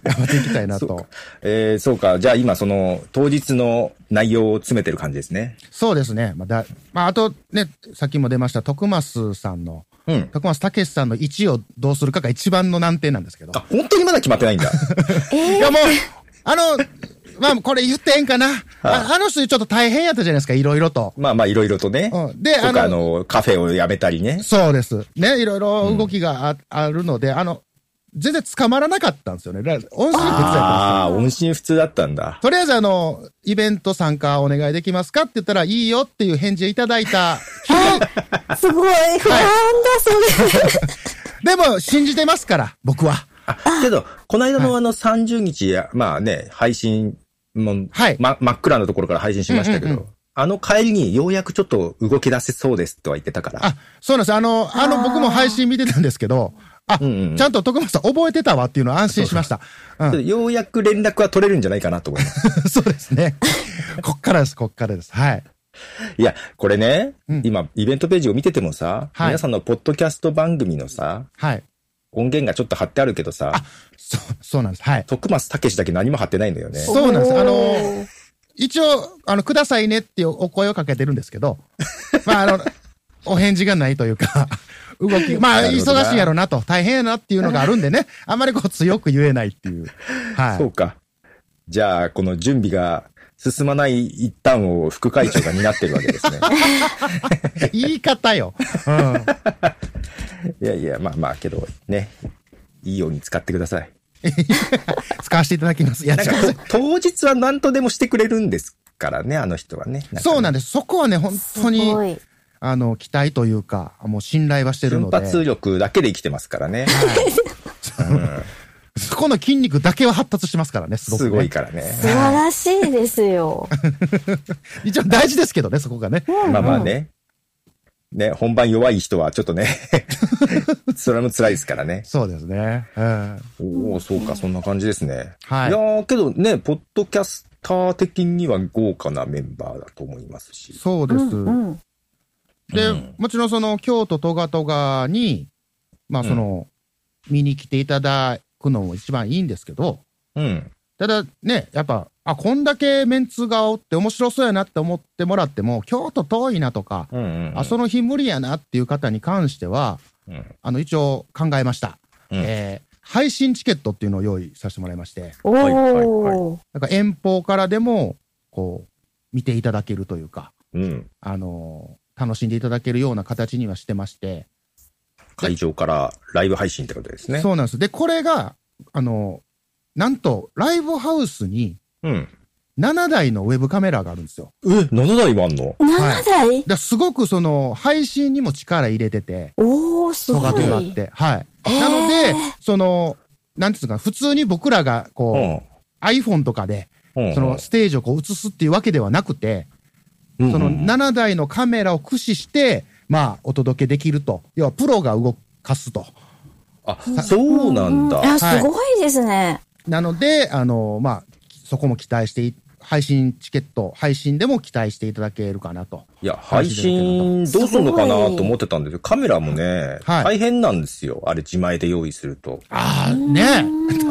頑張っていきたいなと。 そうか。えー、そうか。じゃあ今その当日の内容を詰めてる感じですね。 そうですね。まあ、だ、まあ、あとね、さっきも出ました徳増さんの、 うん。 徳増武さんのいちいをどうするかが一番の難点なんですけど。 あ、本当にまだ決まってないんだ。 いやもう、あの、まあ、これ言ってええんかな。あ, あの人ちょっと大変やったじゃないですか、いろいろと。 まあまあいろいろとね。 うん、で、 あの、あの、カフェをやめたりね。 そうです。ね、いろいろ動きが あ,、うん、あるので、あの、全然捕まらなかったんですよね。音信不通だったんですよ。 ああ、音信不通だったんだ。 とりあえずあの、イベント参加お願いできますかって言ったらいいよっていう返事をいただいた。 すごい不安だ、それ。 でも、信じてますから、僕は。 あ、けど、この間のあのさんじゅうにちや、まあね、配信も、はい、ま、真っ暗なところから配信しましたけど、うんうんうん、あの帰りにようやくちょっと動き出せそうですとは言ってたから。 あ、そうなんです。あの、あの、僕も配信見てたんですけど、あ、うんうん、ちゃんと徳松さん覚えてたわっていうのは安心しました。 そうそう、うん、ようやく連絡は取れるんじゃないかなと思います。 そうですね。こっからです、こっからです。はい。 いや、これね、うん、今、イベントページを見ててもさ、はい、皆さんのポッドキャスト番組のさ、はい。音源がちょっと貼ってあるけどさ、 あ、そう、そうなんです。はい。 徳松武だけ何も貼ってないんだよね。 そうなんです。あの、一応、あの、くださいねっていうお声をかけてるんですけど、まあ、あの、お返事がないというか、動き、まあ、忙しいやろなと、大変やなっていうのがあるんでね、あんまりこう強く言えないっていう。はい。 そうか。じゃあ、この準備が進まない一端を副会長が担ってるわけですね。 言い方よ。うん。 いやいや、まあまあ、けど、ね、いいように使ってください。 使わせていただきます。いや、 なんか当日は何とでもしてくれるんですからね、あの人はね。 ね、そうなんです。そこはね、本当に。あの、期待というか、もう信頼はしてるので。 瞬発力だけで生きてますからね。 はいうん、そこの筋肉だけは発達してますからね、すごく、ね。 すごいからね。 素晴らしいですよ。 一応大事ですけどね、そこがね。 うんうん、まあまあね。ね、本番弱い人はちょっとね、それも辛いですからね。 そうですね。うん、 おお、そうか、そんな感じですね。 はい。 いやー、けどね、ポッドキャスター的には豪華なメンバーだと思いますし。 そうです。 うんうんで、 うん、 もちろんその京都トガトガに、まあその、うん、見に来ていただくのも一番いいんですけど、 うん。 ただね、やっぱ、あ、こんだけメンツがおって面白そうやなって思ってもらっても、京都遠いなとか、 うんうんうん、 あ、その日無理やなっていう方に関しては、うん、あの、一応考えました。うん、えー、配信チケットっていうのを用意させてもらいまして、 おー。はいはいはい。 だから遠方からでも、こう、見ていただけるというか、 うん、 あのー、楽しんでいただけるような形にはしてまして。 会場からライブ配信ってことですね。 そうなんです。で、これが、あの、なんと、ライブハウスに、ななだいのウェブカメラがあるんですよ。 え、ななだいもあんの ? なな 台、はい、 ですごくその、配信にも力入れてて。 おー、すごい。 トガトガって。はい。なので、その、なんていうんですか、普通に僕らが、こう、うん、iPhone とかで、うんうん、その、ステージをこう映すっていうわけではなくて、そのななだいのカメラを駆使して、まあ、お届けできると。要は、プロが動かすと。 あ、そうなんだ。 いや、すごいですね。 なので、あの、まあ、そこも期待して、配信チケット、配信でも期待していただけるかなと。 いや、配信どうするのかなと思ってたんですよ。カメラもね、はい、大変なんですよ。あれ自前で用意すると。 ああ、ね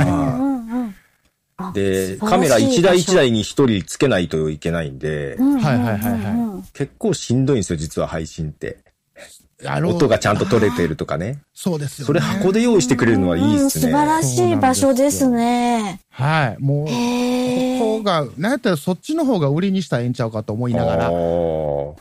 で、カメラ一台一台に一人つけないといけないんで、 はいはいはいはい。 結構しんどいんですよ、実は配信って。音がちゃんと取れてるとかね。 そうですよね。 それ箱で用意してくれるのはいいですね。 素晴らしい場所ですね。 はい。もう、ここが、なんやったらそっちの方が売りにしたらええんちゃうかと思いながら。はい。 こ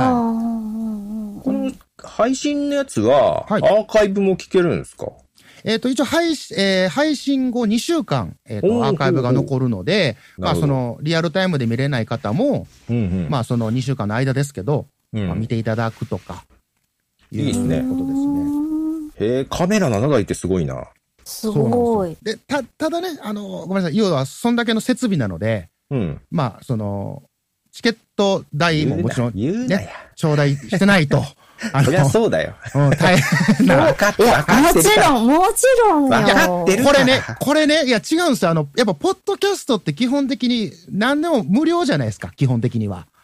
の配信のやつは、アーカイブも聞けるんですか？ えっと、一応配信、えー、配信後にしゅうかん、えっと、アーカイブが残るので、まあ、その、リアルタイムで見れない方も、うんうん、まあ、そのにしゅうかんの間ですけど、うんまあ、見ていただくとか、 いいですね。 ことですね。 へえ、カメラななだいってすごいな。 すごい。 で、た、ただね、あの、ごめんなさい、要は、そんだけの設備なので、うん、まあ、その、チケット代ももちろん、ね、頂戴してないと。 あそりゃそうだよ。 うん、大変な。 分かって、分かってるから。 もちろん、もちろんよ。 分かってるこれね、これね、いや違うんですよ。あの、やっぱ、ポッドキャストって基本的に何でも無料じゃないですか、基本的には。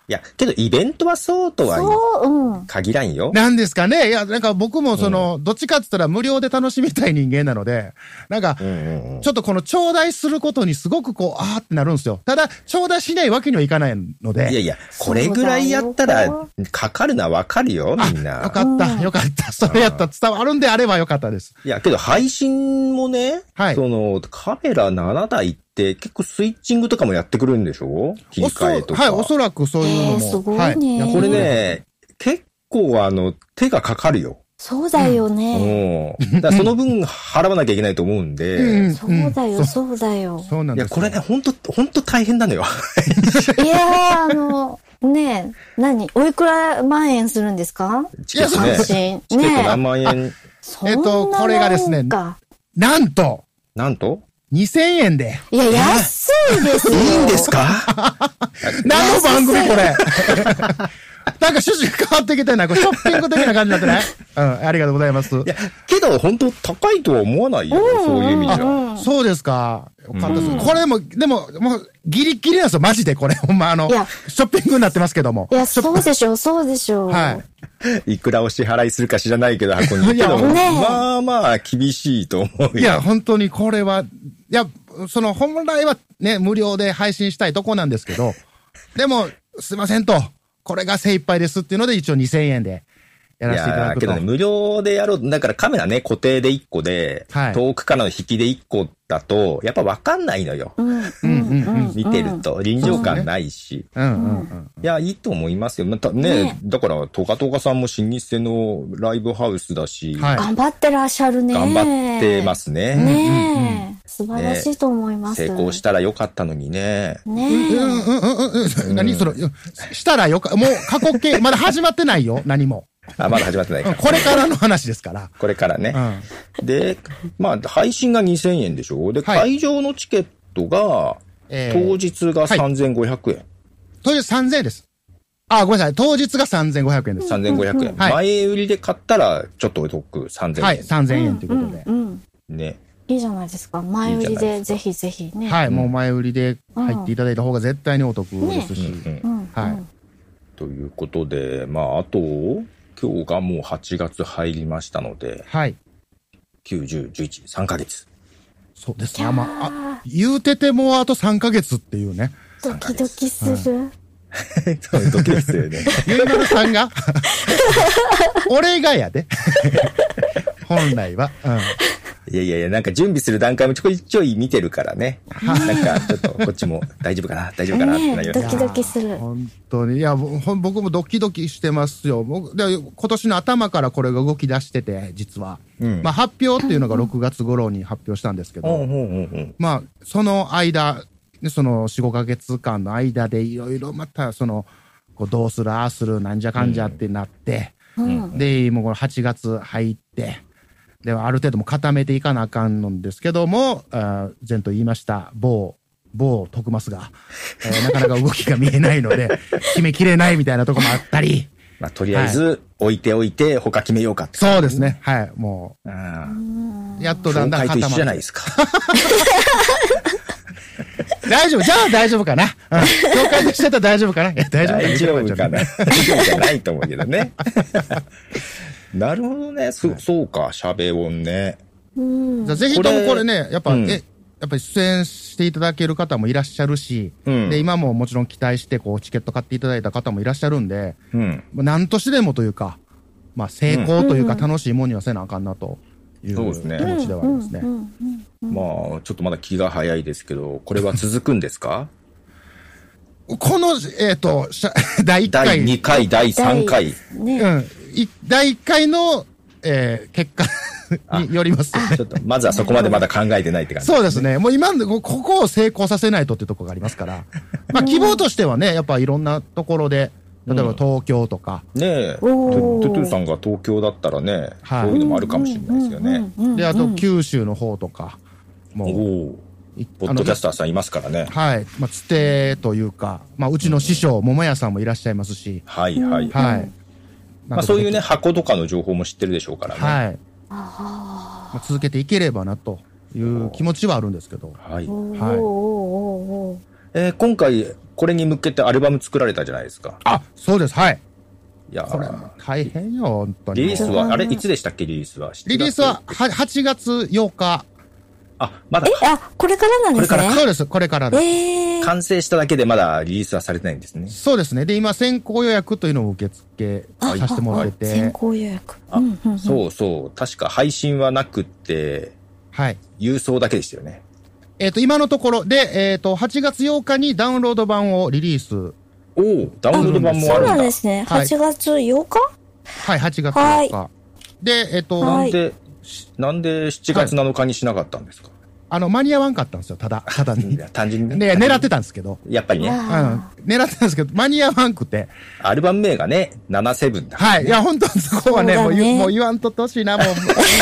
いや、けどイベントはそうとはそう、うん。 限らんよ。 なんですかね。いや、なんか僕もその、うん、どっちかって言ったら無料で楽しみたい人間なので、なんか、うんうんうん、ちょっとこの頂戴することにすごくこう、あーってなるんですよ。ただ、頂戴しないわけにはいかないので。 いやいや、これぐらいやったら、かかるのはわかるよ、みんな。 よかった、よかった。それやったら伝わるんであればよかったです。 いや、けど配信もね、はい、その、カメラななだいって結構スイッチングとかもやってくるんでしょ？切り替えとか。 はい、おそらくそういうのも。 えー、すごいね。 はい、これね、結構あの、手がかかるよ。 そうだよね。 うん。だからその分払わなきゃいけないと思うんで。 うん、そうだよ、そうだよ。 そうなんです。 いや、これね、ほんと、ほんと大変なのよ。 いやー、あの、ねえ、何おいくら万円するんですか？ チケットね。チケット何万円。 えっと、これがですね、なんと、 なんとにせんえんで。 いや、安いですよ。 いいんですか？ 何の番組これ。なんか趣旨変わってきてない。これショッピング的な感じになってない？うん、ありがとうございます。いや、 けど本当高いとは思わないよ。うん、そういう意味じゃ、うん。 そうですか。よかったです。うん、これも、でも、もう、ギリギリなんですよ。マジでこれ。ほんまあの、ショッピングになってますけども。 いや、そうでしょう、そうでしょう。 はい。 いくらお支払いするか知らないけど、箱に。いや、ね、まあまあ、厳しいと思うよ。 いや、本当にこれは、いや、その、本来はね、無料で配信したいとこなんですけど、でも、すいませんと。これが精一杯ですっていうので一応にせんえんでやらせていただくと。 いやけどね、無料でやろう。だからカメラね、固定でいっこで、はい、遠くからの引きでいっこだと、やっぱわかんないのよ。うんうんうん、見てると臨場感ないし。うんうんうん、いや、いいと思いますよ。またね、ねだから、トカトカさんも新日戦のライブハウスだし、 はい、頑張ってらっしゃるね。 頑張ってますね。 ねえ。素晴らしいと思います。 ね、成功したらよかったのにね。 ねえ。うんうんうんうん。何その、したらよか、もう過去形、まだ始まってないよ、何も。 あ、まだ始まってないから。 これからの話ですから。 これからね。うん、で、まあ、配信がにせんえんでしょ。で、はい、会場のチケットが、えー、当日がさんぜんごひゃくえん。はい、 当日さんぜんえんです。あ、ごめんなさい。当日がさんぜんごひゃくえんです。 さんぜんごひゃくえん。はい、前売りで買ったら、ちょっとお得、さんぜんえん。 はい、さんぜんえんということで。 うんうん、 ね。 いいじゃないですか。前売りでぜひぜひね。 はい、もう前売りで入っていただいた方が絶対にお得ですし。ねうんうん、 はい。ということで、まあ、あと、今日がもうはちがつ入りましたので、 はい。 きゅう、じゅう、じゅういち、さんかげつ。 そうですね。まあ、あ、言うててもうあとさんかげつっていうね。 ドキドキする。 そう、ドキドキするね。 ゆいまるさんが俺がやで。本来は。うん。 いやいやいや、なんか準備する段階もちょいちょい見てるからね。なんかちょっとこっちも大丈夫かな大丈夫かなってなります。 ドキドキする。 本当に。いや、僕もドキドキしてますよ。僕で今年の頭からこれが動き出してて、実は。うん、まあ発表っていうのがろくがつ頃に発表したんですけど、まあその間、そのよん、ごかげつかんの間でいろいろまたその、こうどうするああするなんじゃかんじゃってなって、うん、で、もうこのはちがつ入って、ではある程度も固めていかなあかんのですけども、あ前と言いました某某徳増が、えー、なかなか動きが見えないので決めきれないみたいなところもあったり、 まあとりあえず置いておいて他決めようかって、 そうですね、はい、もうやっとだんだん固まって、 一緒じゃないですか。 大丈夫、じゃあ大丈夫かな。うん、紹介してたら大丈夫かな。いや大丈夫大丈夫かな。大丈夫じゃないと思うけどね。なるほどね。そ、はい、そうか、喋音ね。 うん。ぜひともこれね、やっぱ、うん、え、やっぱり出演していただける方もいらっしゃるし、うん、で、今ももちろん期待して、こう、チケット買っていただいた方もいらっしゃるんで、うん、何としてでもというか、まあ、成功というか、楽しいもんにはせなあかんなという気持ちではありますね。 まあ、ちょっとまだ気が早いですけど、これは続くんですか？ この、えっ、ー、と、だいいっかい。 だいにかい、だいさんかい。 ね、うん。だいいっかいの、えー、結果によります、ね。 ちょっと、まずはそこまでまだ考えてないって感じ、ね。 そうですね。もう今、ここを成功させないとっていうところがありますから。まあ、希望としてはね、やっぱいろんなところで、例えば東京とか。 うん、ねえ。トゥトゥさんが東京だったらね、はい、そういうのもあるかもしれないですよね。 で、あと九州の方とか。 もう。ポッドキャスターさんいますからね。 はい。まあ、つてというか、まあ、うちの師匠、桃屋さんもいらっしゃいますし。 はいはい。 はい。 まあ、そういうね、箱とかの情報も知ってるでしょうからね。 はい。まあ、続けていければな、という気持ちはあるんですけど。 はい。はい。 えー今回、これに向けてアルバム作られたじゃないですか。 あ、そうです。はい。 いやーこれも大変よ、本当に。 リリースは、 うんあれいつでしたっけリリースは。 リリースはははちがつようか。 あ、まだえ、あ、これからなんですね。 そうです、これからです。 えー。 完成しただけでまだリリースはされてないんですね。 そうですね。で、今、先行予約というのを受付させてもらって先て。 行予約。 あ、 うんうんうん、 そうそう。確か配信はなくって、 はい。 郵送だけでしたよね。 えっ、と、今のところで、えっ、と、はちがつようかにダウンロード版をリリース。 おお、ダウンロード版もそうあるんだ。 なんですね。 はいはちがつようか、 はい、はちがつようか。で、えっ、と、 はないんで、しなんでしちがつなのかにしなかったんですか、 あの、間に合わんかったんですよ、ただ、ただいに。 や単純にで、狙ってたんですけど。 やっぱりね、 うん。 あ狙ってたんですけど、間に合わんくて。 アルバム名がね、ななセブンだ。 はい。いや、本当そこはね、 そうだねもう言う、もう言わんとってほしいな、もう。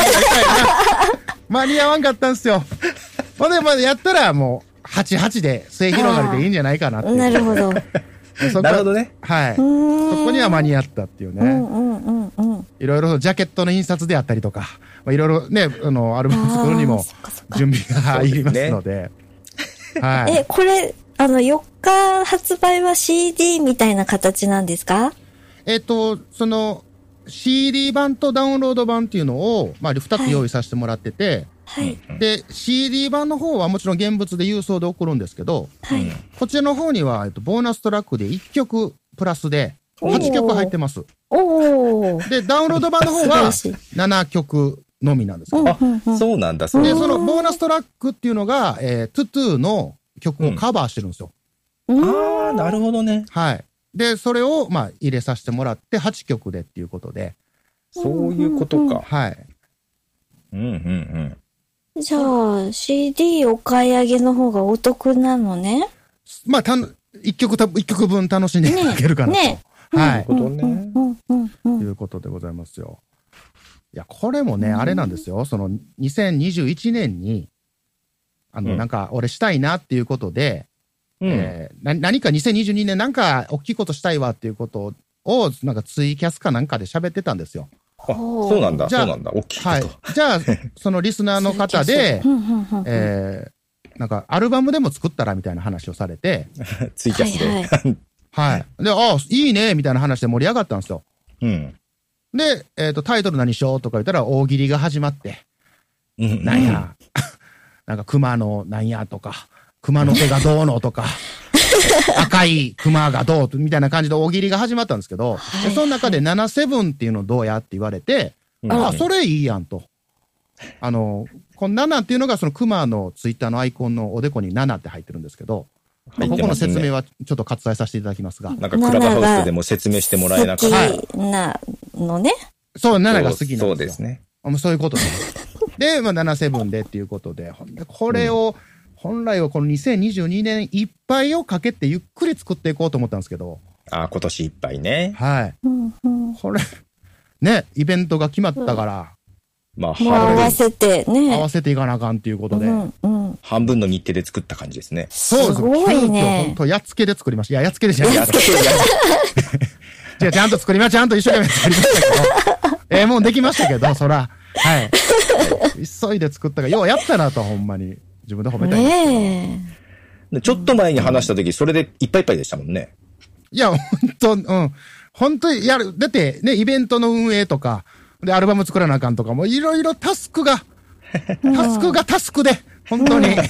間に合わんかったんですよ。ほんで、まあ、やったら、もう、はちはちで末広がりでいいんじゃないかなっていう。 なるほど。 そこなるほどね。 はい。 うーんそこには間に合ったっていうね。 うんうんうんうん。 いろいろジャケットの印刷であったりとか、まあ、いろいろね、あの、アルバム作るにあーもそっかそっか準備がいりますので。はい。 え、これ、あの、よっか発売は シーディー みたいな形なんですか？ えっと、その、シーディー 版とダウンロード版っていうのを、まあ、ふたつ用意させてもらってて、 はい。 で、シーディー 版の方はもちろん現物で郵送で送るんですけど、 はい。 こちらの方には、えっと、ボーナストラックでいっきょくプラスで、はちきょく入ってます。 おー。 で、ダウンロード版の方は素晴らしいななきょくのみなんですけど、 あ、そうなんだ、そうで、 なんだ。 そのボーナストラックっていうのが、えー、トゥトゥの曲をカバーしてるんですよ。 ああ、なるほどね。 はい。で、それを、まあ、入れさせてもらってはちきょくでっていうことで、 そういうことか。 はい。 うんうんじゃあ、シーディー お買い上げの方がお得なのね。 まあ、たん、一曲た、一曲分楽しんでいただけるかなと。 ねはい。 うん。なるほどね。 うんうんうんということでございますよ。いや、これもね、あれなんですよ。その、にせんにじゅういちねんに、あの、 うんなんか、俺したいなっていうことで、 うん。 えーな、何かにせんにじゅうにねんなんか、大きいことしたいわっていうことを、なんかツイキャスかなんかで喋ってたんですよ。 あ、そうなんだ、 じゃあそうなんだ。大きいこと。 はい。じゃあ、そのリスナーの方でう、んうんうんうんえー、なんか、アルバムでも作ったらみたいな話をされて、 ツイキャスで。 はいははい。で、ああ、いいね、みたいな話で盛り上がったんですよ。 うん。 で、えっ、と、タイトル何しようとか言ったら、大喜利が始まって、 うん。 なんや、なんか熊のなんやとか、熊の手がどうのとか、赤い熊がどうとみたいな感じで大喜利が始まったんですけど、 はいでその中でななセブンっていうのどうやって言われて、 うんああ、それいいやんと。あの、このななっていうのがその熊のツイッターのアイコンのおでこにななって入ってるんですけど、まあここの説明はちょっと割愛させていただきますが、 なんかクラブハウスでも説明してもらえなかった。 好きなのね。 そう、ななが好きなんですよ。 そうですね。 あもうそういうことです。で、まあ、ななセブンでっていうことで、ほんで、これを、本来はこのにせんにじゅうにねんいっぱいをかけてゆっくり作っていこうと思ったんですけど、 あ、今年いっぱいね。 はい。 うんうん。 これ、ね、イベントが決まったから、 まあ、 もう合半分、 わせてね。 合わせていかなあかんっていうことで。 うんうん。 半分の日程で作った感じですね。 そうです。 すごいね本当やっつけで作りました。いや、やっつけでじゃない。 やっつけやじゃあ、ちゃんと作りま、ちゃんと一生懸命作りましたけど。えーもうできましたけど、そら。はい。急いで作ったから、ようやったなと、ほんまに。自分で褒めたいんですけど。 ねでちょっと前に話した時、それでいっぱいいっぱいでしたもんね。 いや、本当うん。本当にやる。だって、ね、イベントの運営とか、で、アルバム作らなあかんとか、もういろいろタスクが、タスクがタスクで、本当に。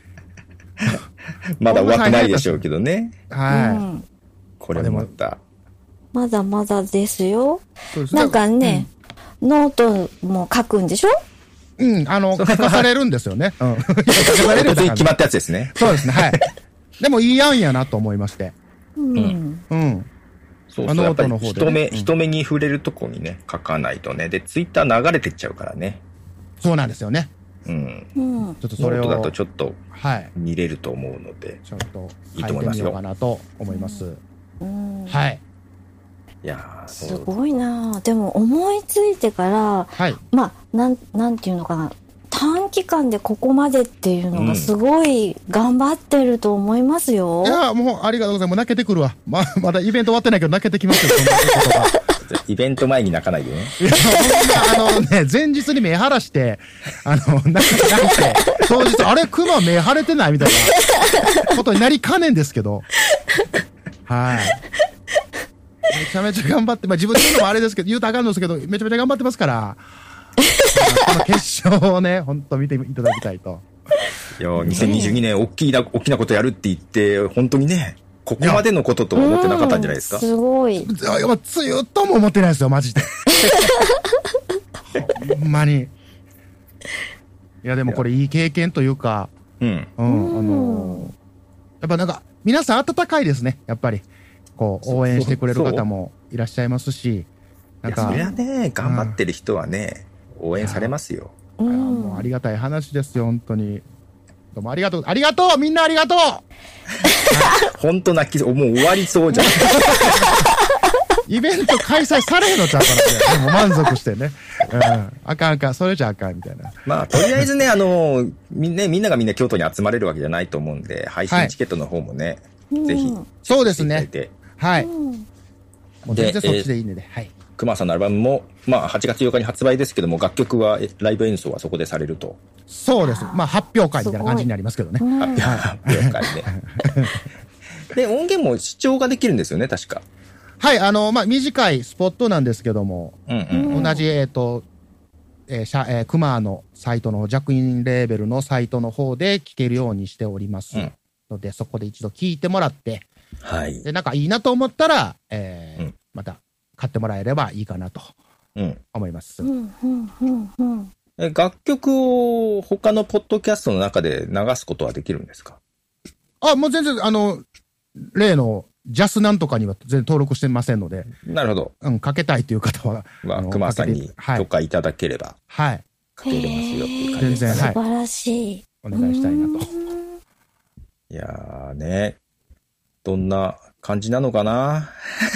まだ終わってないでしょうけどね。 え。 はうんこれもまた。 まだまだですよ。 い。そうですなんかね、ノートも書くんでしょ？ うん、あの、書かされるんですよね。うん。書かされる別に決まったやつですね。 そうですね、はい。でもいい案やなと思いまして。 うん。 うん。あそうそう。やっぱりノートの方でね人目、 うん人目に触れるとこにね、書かないとね。で、ツイッター流れてっちゃうからね。 そうなんですよね。 うん。 うん。 ちょっとそれを。 ノートだとちょっとはい。 見れると思うので。 ちょっといい書と思いますよいてみようかなと思います。 うんはい。 いやー、 すそう。 ごいな。でも思いついてから、 はい。 まあ、なん、なんていうのかな。短期間でここまでっていうのがすごい頑張ってると思いますよ。 いや、もうありがとうございます。もう泣けてくるわ。ま、まだイベント終わってないけど泣けてきますよ、そんなことが。 イベント前に泣かないでね。 いや、ほんまあのね、前日に目晴らして、あの、泣いて、当日、あれ、熊目腫れてないみたいなことになりかねんですけど。はい。めちゃめちゃ頑張って、まあ自分で言うのもあれですけど、言うとあかんのですけど、めちゃめちゃ頑張ってますから、この決勝をね、ほんと見ていただきたいと。 いや、にせんにじゅうにねん、大きな、大きなことやるって言って、本当にね、ここまでのことと思ってなかったんじゃないですか。 すごい。 いや、つゆっとも思ってないですよ、マジで。ほんまに。いや、でもこれいい経験というか、 うん。 うん、あのー、やっぱなんか、皆さん温かいですね、やっぱり。こう、応援してくれる方もいらっしゃいますし、 なんか。そりゃね、頑張ってる人はね、うん、応援されますよ。 うん、もうありがたい話ですよ、本当に。どうもありがとう、ありがとうみんなありがとう本当泣きそう、もう終わりそうじゃん。 イベント開催されへんのちゃうからね。もう満足してね。うん。あかんあかん、それじゃあかんみたいな。 まあ、とりあえずね、あの、みんな、みんながみんな京都に集まれるわけじゃないと思うんで、配信チケットの方もね、はい、ぜひ。 そうですね。はい。もう全然そっちでいいんでね。はい。 熊さんのアルバムも、まあ、はちがつようかに発売ですけども、楽曲は、ライブ演奏はそこでされると。 そうです。まあ、発表会みたいな感じになりますけどね。 発表会で。で、音源も視聴ができるんですよね、確か。 はい、あの、まあ、短いスポットなんですけども、 うんうん、 同じ、えっと、えー、シャ、えー、熊のサイトの、ジャクインレーベルのサイトの方で聴けるようにしておりますので、うん、そこで一度聴いてもらって、 はい。 で、なんかいいなと思ったら、えー、うん、また買ってもらえればいいかなと、思います。 うんうんうんうん、 え、楽曲を他のポッドキャストの中で流すことはできるんですか？ あ、もう全然、あの、例の、ジャスなんとかには全然登録してませんので。 なるほど。 うん、かけたいという方は。 まあ、熊さんに許可いただければ。 はい。 かけれますよっていう感じです、 ね。全然、はい。 素晴らしい。 お願いしたいなと。 いやーね、どんな感じなのかな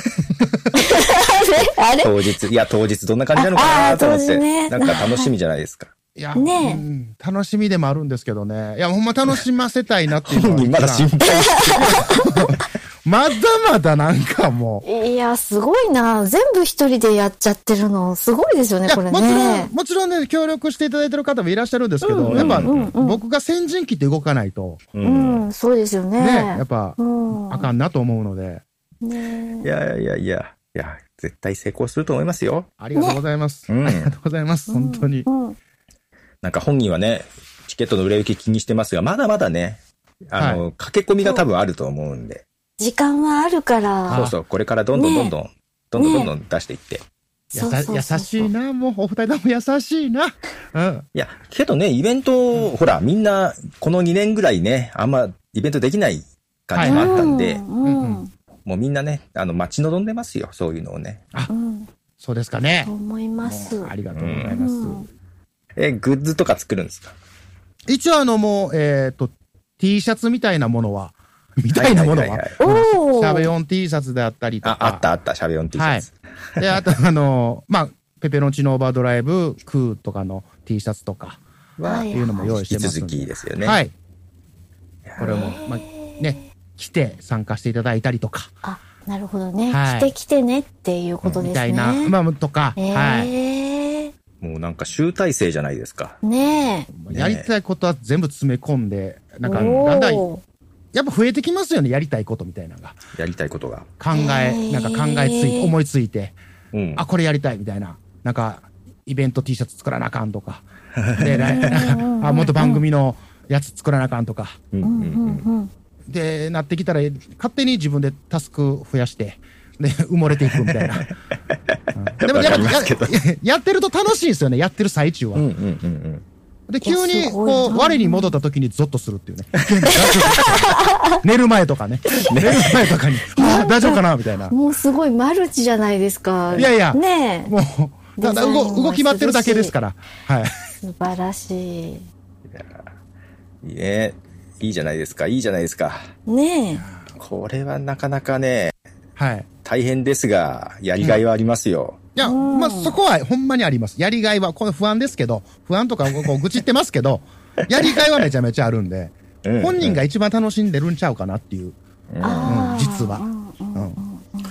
あれ当日、いや、当日どんな感じなのかなと思って、ね、なんか楽しみじゃないですか。 いや、ね、うん、楽しみでもあるんですけどね。いや、ほんま楽しませたいなっていうのは。 本人まだ心配してる。 まだまだなんかもう。いや、すごいな。全部一人でやっちゃってるの、すごいですよね、これね。 もちろん、もちろんね、協力していただいてる方もいらっしゃるんですけど、うんうんうんうん、やっぱ、僕が先陣切って動かないと。 うん、うん、そうですよね。 ね、やっぱ、うん、あかんなと思うので。 ね、 いやいやいや、いや、絶対成功すると思いますよ。 ありがとうございます。ね、ありがとうございます。本当に。 うんうん、 なんか本人はね、チケットの売れ行き気にしてますが、まだまだね、あの、はい、駆け込みが多分あると思うんで。 時間はあるから。 そうそう、これからどんどんどんどん、ね、どんどんどんどん出していって。 やさ、優しいな、もうお二人とも優しいな。うん。 いや、けどね、イベント、うん、ほら、みんな、このにねんぐらいね、あんまイベントできない感じもあったんで、はいうんうん、もうみんなね、あの、待ち望んでますよ、そういうのをね。 あ、うん、そうですかね。 そう思います。 ありがとうございます。うん、 え、グッズとか作るんですか？ 一応あの、もう、えっと、T シャツみたいなものは、みたいなものは、シャベオン T シャツであったりとか。 あ、あったあった、シャベオン T シャツ。 はい。で、あとあの、まあ、ペペロンチーノオーバードライブ、クーとかの T シャツとか、いうのも用意してます引き続きですよね。 はい。これも、まあ、ね、来て参加していただいたりとか。 あ、なるほどね。はい、来て来てねっていうことですね。みたいな、 まあ、とか、 えー、 はい。 もうなんか集大成じゃないですか。 ねえ。やりたいことは全部詰め込んで、なんか、だんだん、やっぱ増えてきますよね、やりたいことみたいなのが。 やりたいことが。 考え、なんか考えついて、思いついて、うん、あ、これやりたいみたいな。なんか、イベント T シャツ作らなあかんとか。で、なんか、あ、もっと番組のやつ作らなあかんとか。 うんうんうん、 で、なってきたら、勝手に自分でタスク増やして、で、埋もれていくみたいな。うん、でもやっぱや、やってると楽しいんですよね、やってる最中は。 うんうんうんうんで、急に、こう、我に戻った時にゾッとするっていうね。寝る前とかね。寝る前とかに、あ、大丈夫かなみたいな。 もうすごいマルチじゃないですか。 いやいや。 ねえ。 もう、ただ動、動き回ってるだけですから。はい。 素晴らしい。いや、いいね。いいじゃないですか。いいじゃないですか。 ねえ。 これはなかなかね、 はい。 大変ですが、やりがいはありますよ。 いや、まあ、そこはほんまにあります。やりがいは、この不安ですけど、不安とかこう愚痴ってますけど、やりがいはめちゃめちゃあるんで、本人が一番楽しんでるんちゃうかなっていう、うん、実は。うん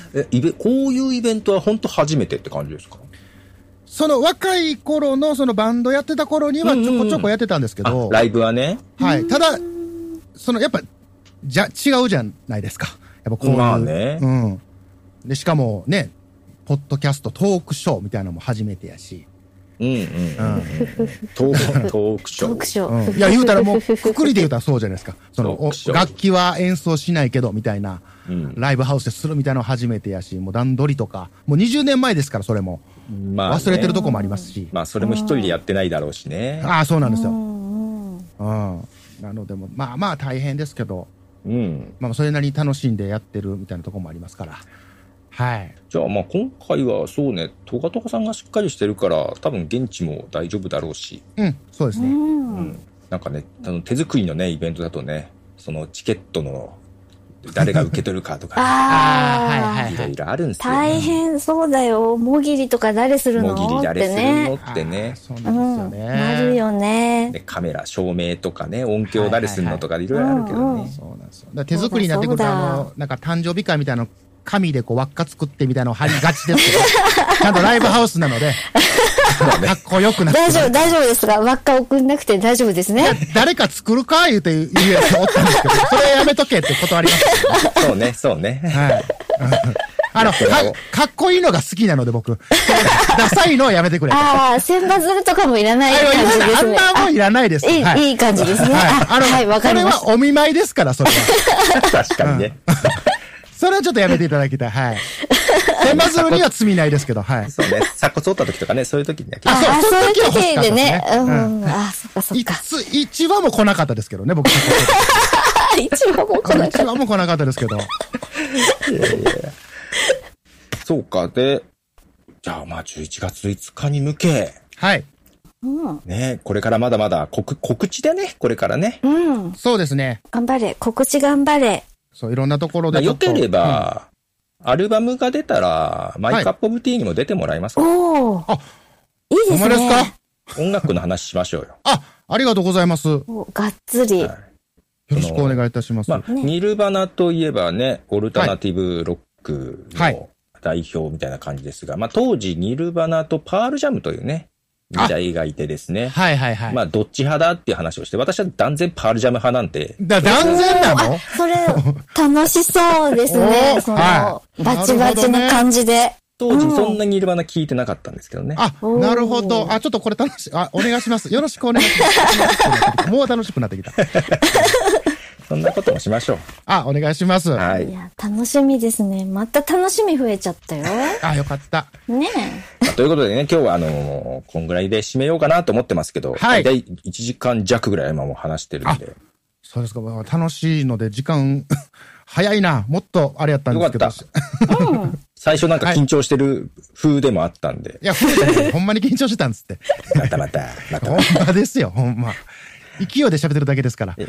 え、イベ、こういうイベントは本当初めてって感じですか？ その若い頃のそのバンドやってた頃にはちょこちょこやってたんですけど。 あ、ライブはね。 はい。ただ、そのやっぱ、じゃ、違うじゃないですか。やっぱこういう。 まあね。 うん。で、しかもね、ポッドキャスト、トークショーみたいなのも初めてやし。 うんうんうん。うん、トーク、トークショー。 トークショー。 うん、いや、言うたらもう、くくりで言うたらそうじゃないですか。その、楽器は演奏しないけど、みたいな、うん、ライブハウスでするみたいなの初めてやし、もう段取りとか、もうにじゅうねんまえですから、それも。まあ、ね、忘れてるとこもありますし。 まあ、それも一人でやってないだろうしね。 ああ、そうなんですよ。うん。なので、もまあまあ大変ですけど、うん。まあ、それなりに楽しんでやってるみたいなとこもありますから。はい。 じゃあ、まあ今回はそうね、トガトガさんがしっかりしてるから、多分現地も大丈夫だろうし。 うん、そうですね。うん。 なんかね、あの手作りのね、イベントだとね、そのチケットの誰が受け取るかとか、ね、 ああ、 はいはい、いろいろあるんですよ、ね。 大変そうだよ。もぎりとか誰するの？ もぎり誰するのってね。 そうなんですよね。 うん、なるよね。 で、カメラ、照明とかね、音響誰するのとかいろいろあるけどね。 そうなんですよ。手作りになってくると、あの、なんか誕生日会みたいなの、紙でこう輪っか作ってみたいなのを貼りがちですけど、ちゃんとライブハウスなので、かっこよくなって。 大丈夫、大丈夫ですが、輪っか送んなくて大丈夫ですね。 誰か作るか言うて言うやつおったんですけど、それやめとけって断ります、 ね。そうね、そうね。はい。 あの、か、かっこいいのが好きなので僕。ダサいのはやめてくれ。 ああ、千羽鶴とかもいらない感じですね。 あんなもんいらないです。 いい、はい、いい感じですね。はい、あの、はい、わかりました。 それはお見舞いですから、それは。 確かにね。 それはちょっとやめていただきたい。はい。千羽鶴には罪ないですけど、はい。 そうね。鎖骨折った時とかね、そういう時にね。 あ、そう、そういう時でね。うん。あ、そっかそっか。 一話も来なかったですけどね、僕。 一話も来なかった。 一話も来なかったですけど。いやいやそうか。で、じゃあまあじゅういちがついつかに向け。 はい。 うん、 ね、これからまだまだ告、告知でね、これからね。 うん。 そうですね。 頑張れ。告知頑張れ。 そう、いろんなところでちょっと。 良ければ、うん、アルバムが出たら、マイカップオブティーにも出てもらえますか？ おお。あ、いいですね。 ですか？ 音楽の話しましょうよ。 あ、ありがとうございます。 がっつり、はい。 よろしくお願いいたします。 まあ、ね、ニルバナといえばね、オルタナティブロックの代表みたいな感じですが、はい、まあ当時ニルバナとパールジャムというね、時代がいてですね。 はいはいはい。 まあ、どっち派だっていう話をして、私は断然パールジャム派なんて。 だ、断然なの？ それ、楽しそうですね。その、はい、バチバチな感じで。 当時そんなにニルバナ聞いてなかったんですけどね。 あ、なるほど。あ、ちょっとこれ楽しい。あ、お願いします。よろしくお願いします。もう楽しくなってきた。 そんなこともしましょう。 あ、お願いします。 はい。いや、楽しみですね。また楽しみ増えちゃったよ。 あ、よかった。 ねえ。まあ、ということでね、今日はあのー、こんぐらいで締めようかなと思ってますけど、はい。大体いちじかん弱ぐらい今もう話してるんで。 そうですか。楽しいので時間、早いな。もっとあれやったんですけど。よかった。 うん。最初なんか緊張してる風でもあったんで。はい、 いや、風じゃない。ほんまに緊張してたんですって。 またまた、また。 ほんまですよ、ほんま。勢いで喋ってるだけですから。はい。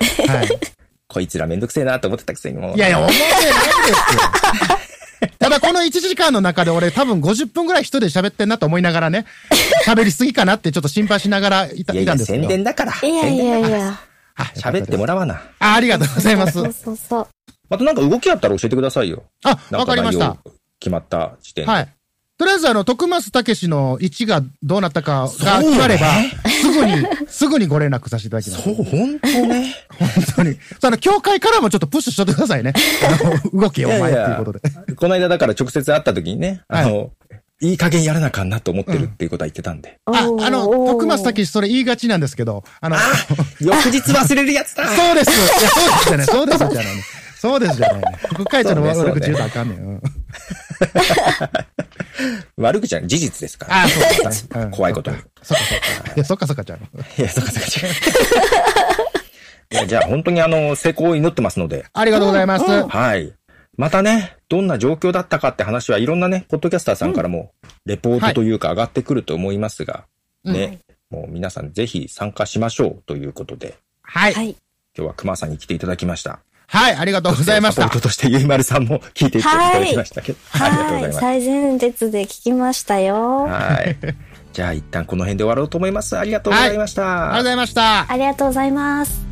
こいつらめんどくせえなと思ってたくせにもう。 いやいや、思ってないですよ。ただこのいちじかんの中で俺多分ごじゅっぷんぐらい一人で喋ってんなと思いながらね、喋りすぎかなってちょっと心配しながらいた、いたんですけど。 宣伝だから。 いやいやいや。 喋ってもらわな。 あ、ありがとうございます。 そうそうそう。 またなんか動きあったら教えてくださいよ。 あ、わかりました。 決まった時点で。 はい。とりあえずあの、徳増たけしの位置がどうなったかが決まれば、すぐに、すぐにご連絡させていただきます。 そう、本当ね。 本当に。その、協会からもちょっとプッシュしとってくださいね。あの、動けよ、お前っていうことで。 いやいやこの間だから直接会った時にね、あの、はい、いい加減やらなあかんなと思ってるっていうことは言ってたんで。 うん、あ、あの、徳増たけしそれ言いがちなんですけど、あの、あ翌日忘れるやつだそうです。いや、そうですじゃない。そうですじゃない。そうですじゃないね。副会長の悪口言うとあかんねん。うん、 悪口じゃない、事実ですから。 ああ、そうですね。 怖いことに。 そっかそっか。いや、そっかそっかちゃう。 いや、そっかそっかちゃう。いや、じゃあ本当にあの、成功を祈ってますので。 ありがとうございます。 はい。またね、どんな状況だったかって話はいろんなね、ポッドキャスターさんからも、レポートというか上がってくると思いますが、ね、もう皆さんぜひ参加しましょうということで。 はい。 今日は熊さんに来ていただきました。 はい、ありがとうございました。 サポートとしてゆいまるさんも聞いていただきましたけど。 はい、ありがとうございます。最前列で聞きましたよ。 はい。じゃあ一旦この辺で終わろうと思います。ありがとうございました。 はい、ありがとうございました。 ありがとうございます。